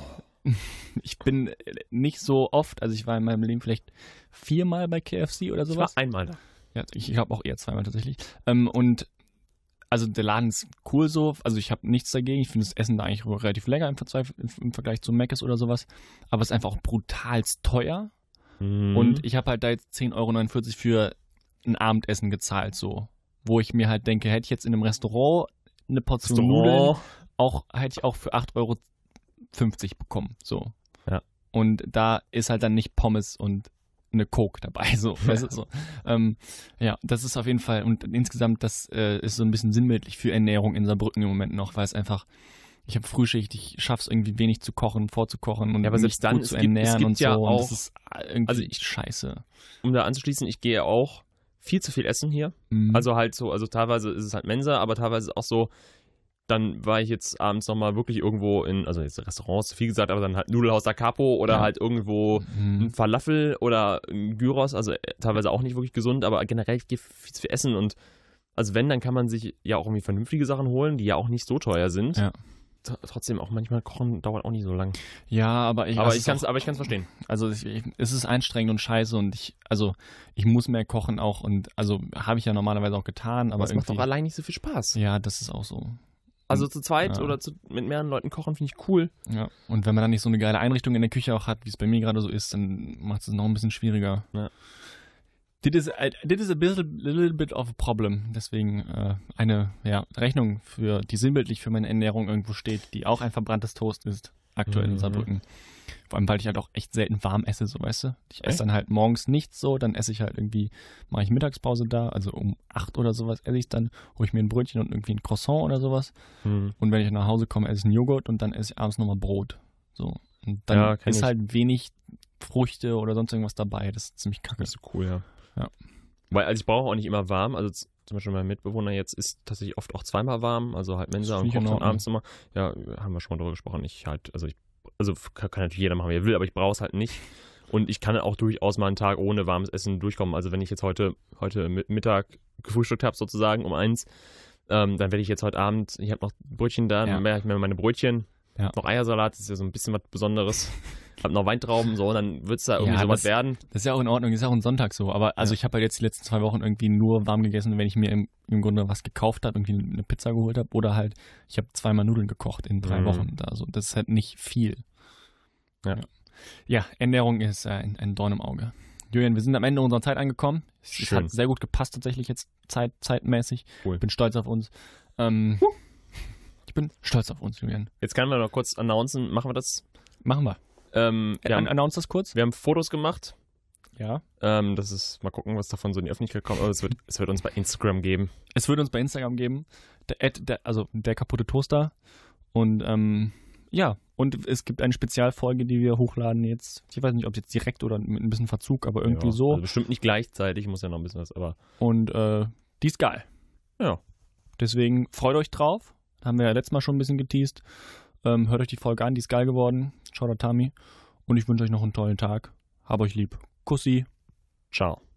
Ich bin nicht so oft, also ich war in meinem Leben vielleicht 4-mal bei KFC oder sowas. Ich war einmal da. Ja, ich glaube auch eher 2-mal tatsächlich. Und also der Laden ist cool so, also ich habe nichts dagegen. Ich finde das Essen da eigentlich relativ lecker im Vergleich zu Mc's oder sowas. Aber es ist einfach auch brutalst teuer. Und ich habe halt da jetzt 10,49 € für ein Abendessen gezahlt, so. Wo ich mir halt denke, hätte ich jetzt in einem Restaurant eine Portion Nudeln, hätte ich auch für 8,50 € bekommen, so. Ja. Und da ist halt dann nicht Pommes und eine Coke dabei, so. Weißt du, so. Ja, das ist auf jeden Fall, und insgesamt, das ist so ein bisschen sinnbildlich für Ernährung in Saarbrücken im Moment noch, weil es einfach, ich habe Frühschicht, ich schaffe es irgendwie wenig zu kochen, vorzukochen und aber mich selbst dann, gut zu ernähren gibt und so. Ja Und auch, das ist irgendwie also scheiße. Um da anzuschließen, ich gehe auch viel zu viel essen hier. Mhm. Also halt so, also teilweise ist es halt Mensa, aber teilweise auch so, dann war ich jetzt abends nochmal wirklich irgendwo also jetzt Restaurants, viel gesagt, aber dann halt Nudelhaus da Capo oder halt irgendwo ein Falafel oder ein Gyros, also teilweise auch nicht wirklich gesund, aber generell ich gehe viel zu viel essen und also wenn, dann kann man sich ja auch irgendwie vernünftige Sachen holen, die ja auch nicht so teuer sind. Ja. Trotzdem auch manchmal kochen dauert auch nicht so lang. Ja, aber ich kann es verstehen. Also es ist anstrengend und scheiße und ich muss mehr kochen auch und also habe ich ja normalerweise auch getan, aber es macht doch allein nicht so viel Spaß. Ja, das ist auch so. Also zu zweit oder mit mehreren Leuten kochen finde ich cool. Ja, und wenn man dann nicht so eine geile Einrichtung in der Küche auch hat, wie es bei mir gerade so ist, dann macht es noch ein bisschen schwieriger. Ja. Das ist a little bit of a problem. Deswegen eine Rechnung, die sinnbildlich für meine Ernährung irgendwo steht, die auch ein verbranntes Toast ist, aktuell in Saarbrücken. Vor allem, weil ich halt auch echt selten warm esse, so weißt du. Ich esse dann halt morgens nichts so, dann esse ich halt irgendwie, mache ich Mittagspause da, also um 8 oder sowas esse ich dann, hole ich mir ein Brötchen und irgendwie ein Croissant oder sowas. Und wenn ich nach Hause komme, esse ich einen Joghurt und dann esse ich abends nochmal Brot. So. Und dann ist halt wenig Früchte oder sonst irgendwas dabei. Das ist ziemlich kacke. Das ist so cool, ja. Ja. Weil, also ich brauche auch nicht immer warm, also zum Beispiel mein Mitbewohner jetzt ist tatsächlich oft auch zweimal warm, also halt Mensa und kocht dann abends immer. Ja, haben wir schon mal drüber gesprochen. Also kann natürlich jeder machen, wie er will, aber ich brauche es halt nicht. Und ich kann auch durchaus mal einen Tag ohne warmes Essen durchkommen. Also wenn ich jetzt heute Mittag gefrühstückt habe sozusagen um 1, dann werde ich jetzt heute Abend, ich habe noch Brötchen da, dann mache ich mir meine Brötchen, noch Eiersalat, das ist ja so ein bisschen was Besonderes. Hab noch Weintrauben, so, und dann wird es da irgendwie sowas werden. Das ist ja auch in Ordnung, das ist ja auch ein Sonntag so. Aber also ich habe halt jetzt die letzten 2 Wochen irgendwie nur warm gegessen, wenn ich mir im Grunde was gekauft habe, irgendwie eine Pizza geholt habe oder halt, ich habe 2-mal Nudeln gekocht in 3 Wochen. Also das ist halt nicht viel. Ja, Ernährung ist ein Dorn im Auge. Julian, wir sind am Ende unserer Zeit angekommen. Es hat sehr gut gepasst tatsächlich jetzt zeitmäßig. Cool. Ich bin stolz auf uns. Ich bin stolz auf uns, Julian. Jetzt können wir noch kurz announcen. Machen wir das? Machen wir. Announce das kurz. Wir haben Fotos gemacht. Ja. Das ist, mal gucken, was davon so in die Öffentlichkeit kommt. Aber es wird uns bei Instagram geben. Es wird uns bei Instagram geben. Der kaputte Toaster. Und und es gibt eine Spezialfolge, die wir hochladen jetzt. Ich weiß nicht, ob jetzt direkt oder mit ein bisschen Verzug, aber irgendwie so. Also bestimmt nicht gleichzeitig, muss ja noch ein bisschen was, aber. Und die ist geil. Ja. Deswegen freut euch drauf. Haben wir ja letztes Mal schon ein bisschen geteased. Hört euch die Folge an, die ist geil geworden. Shoutout Tami. Und ich wünsche euch noch einen tollen Tag. Hab euch lieb. Kussi. Ciao.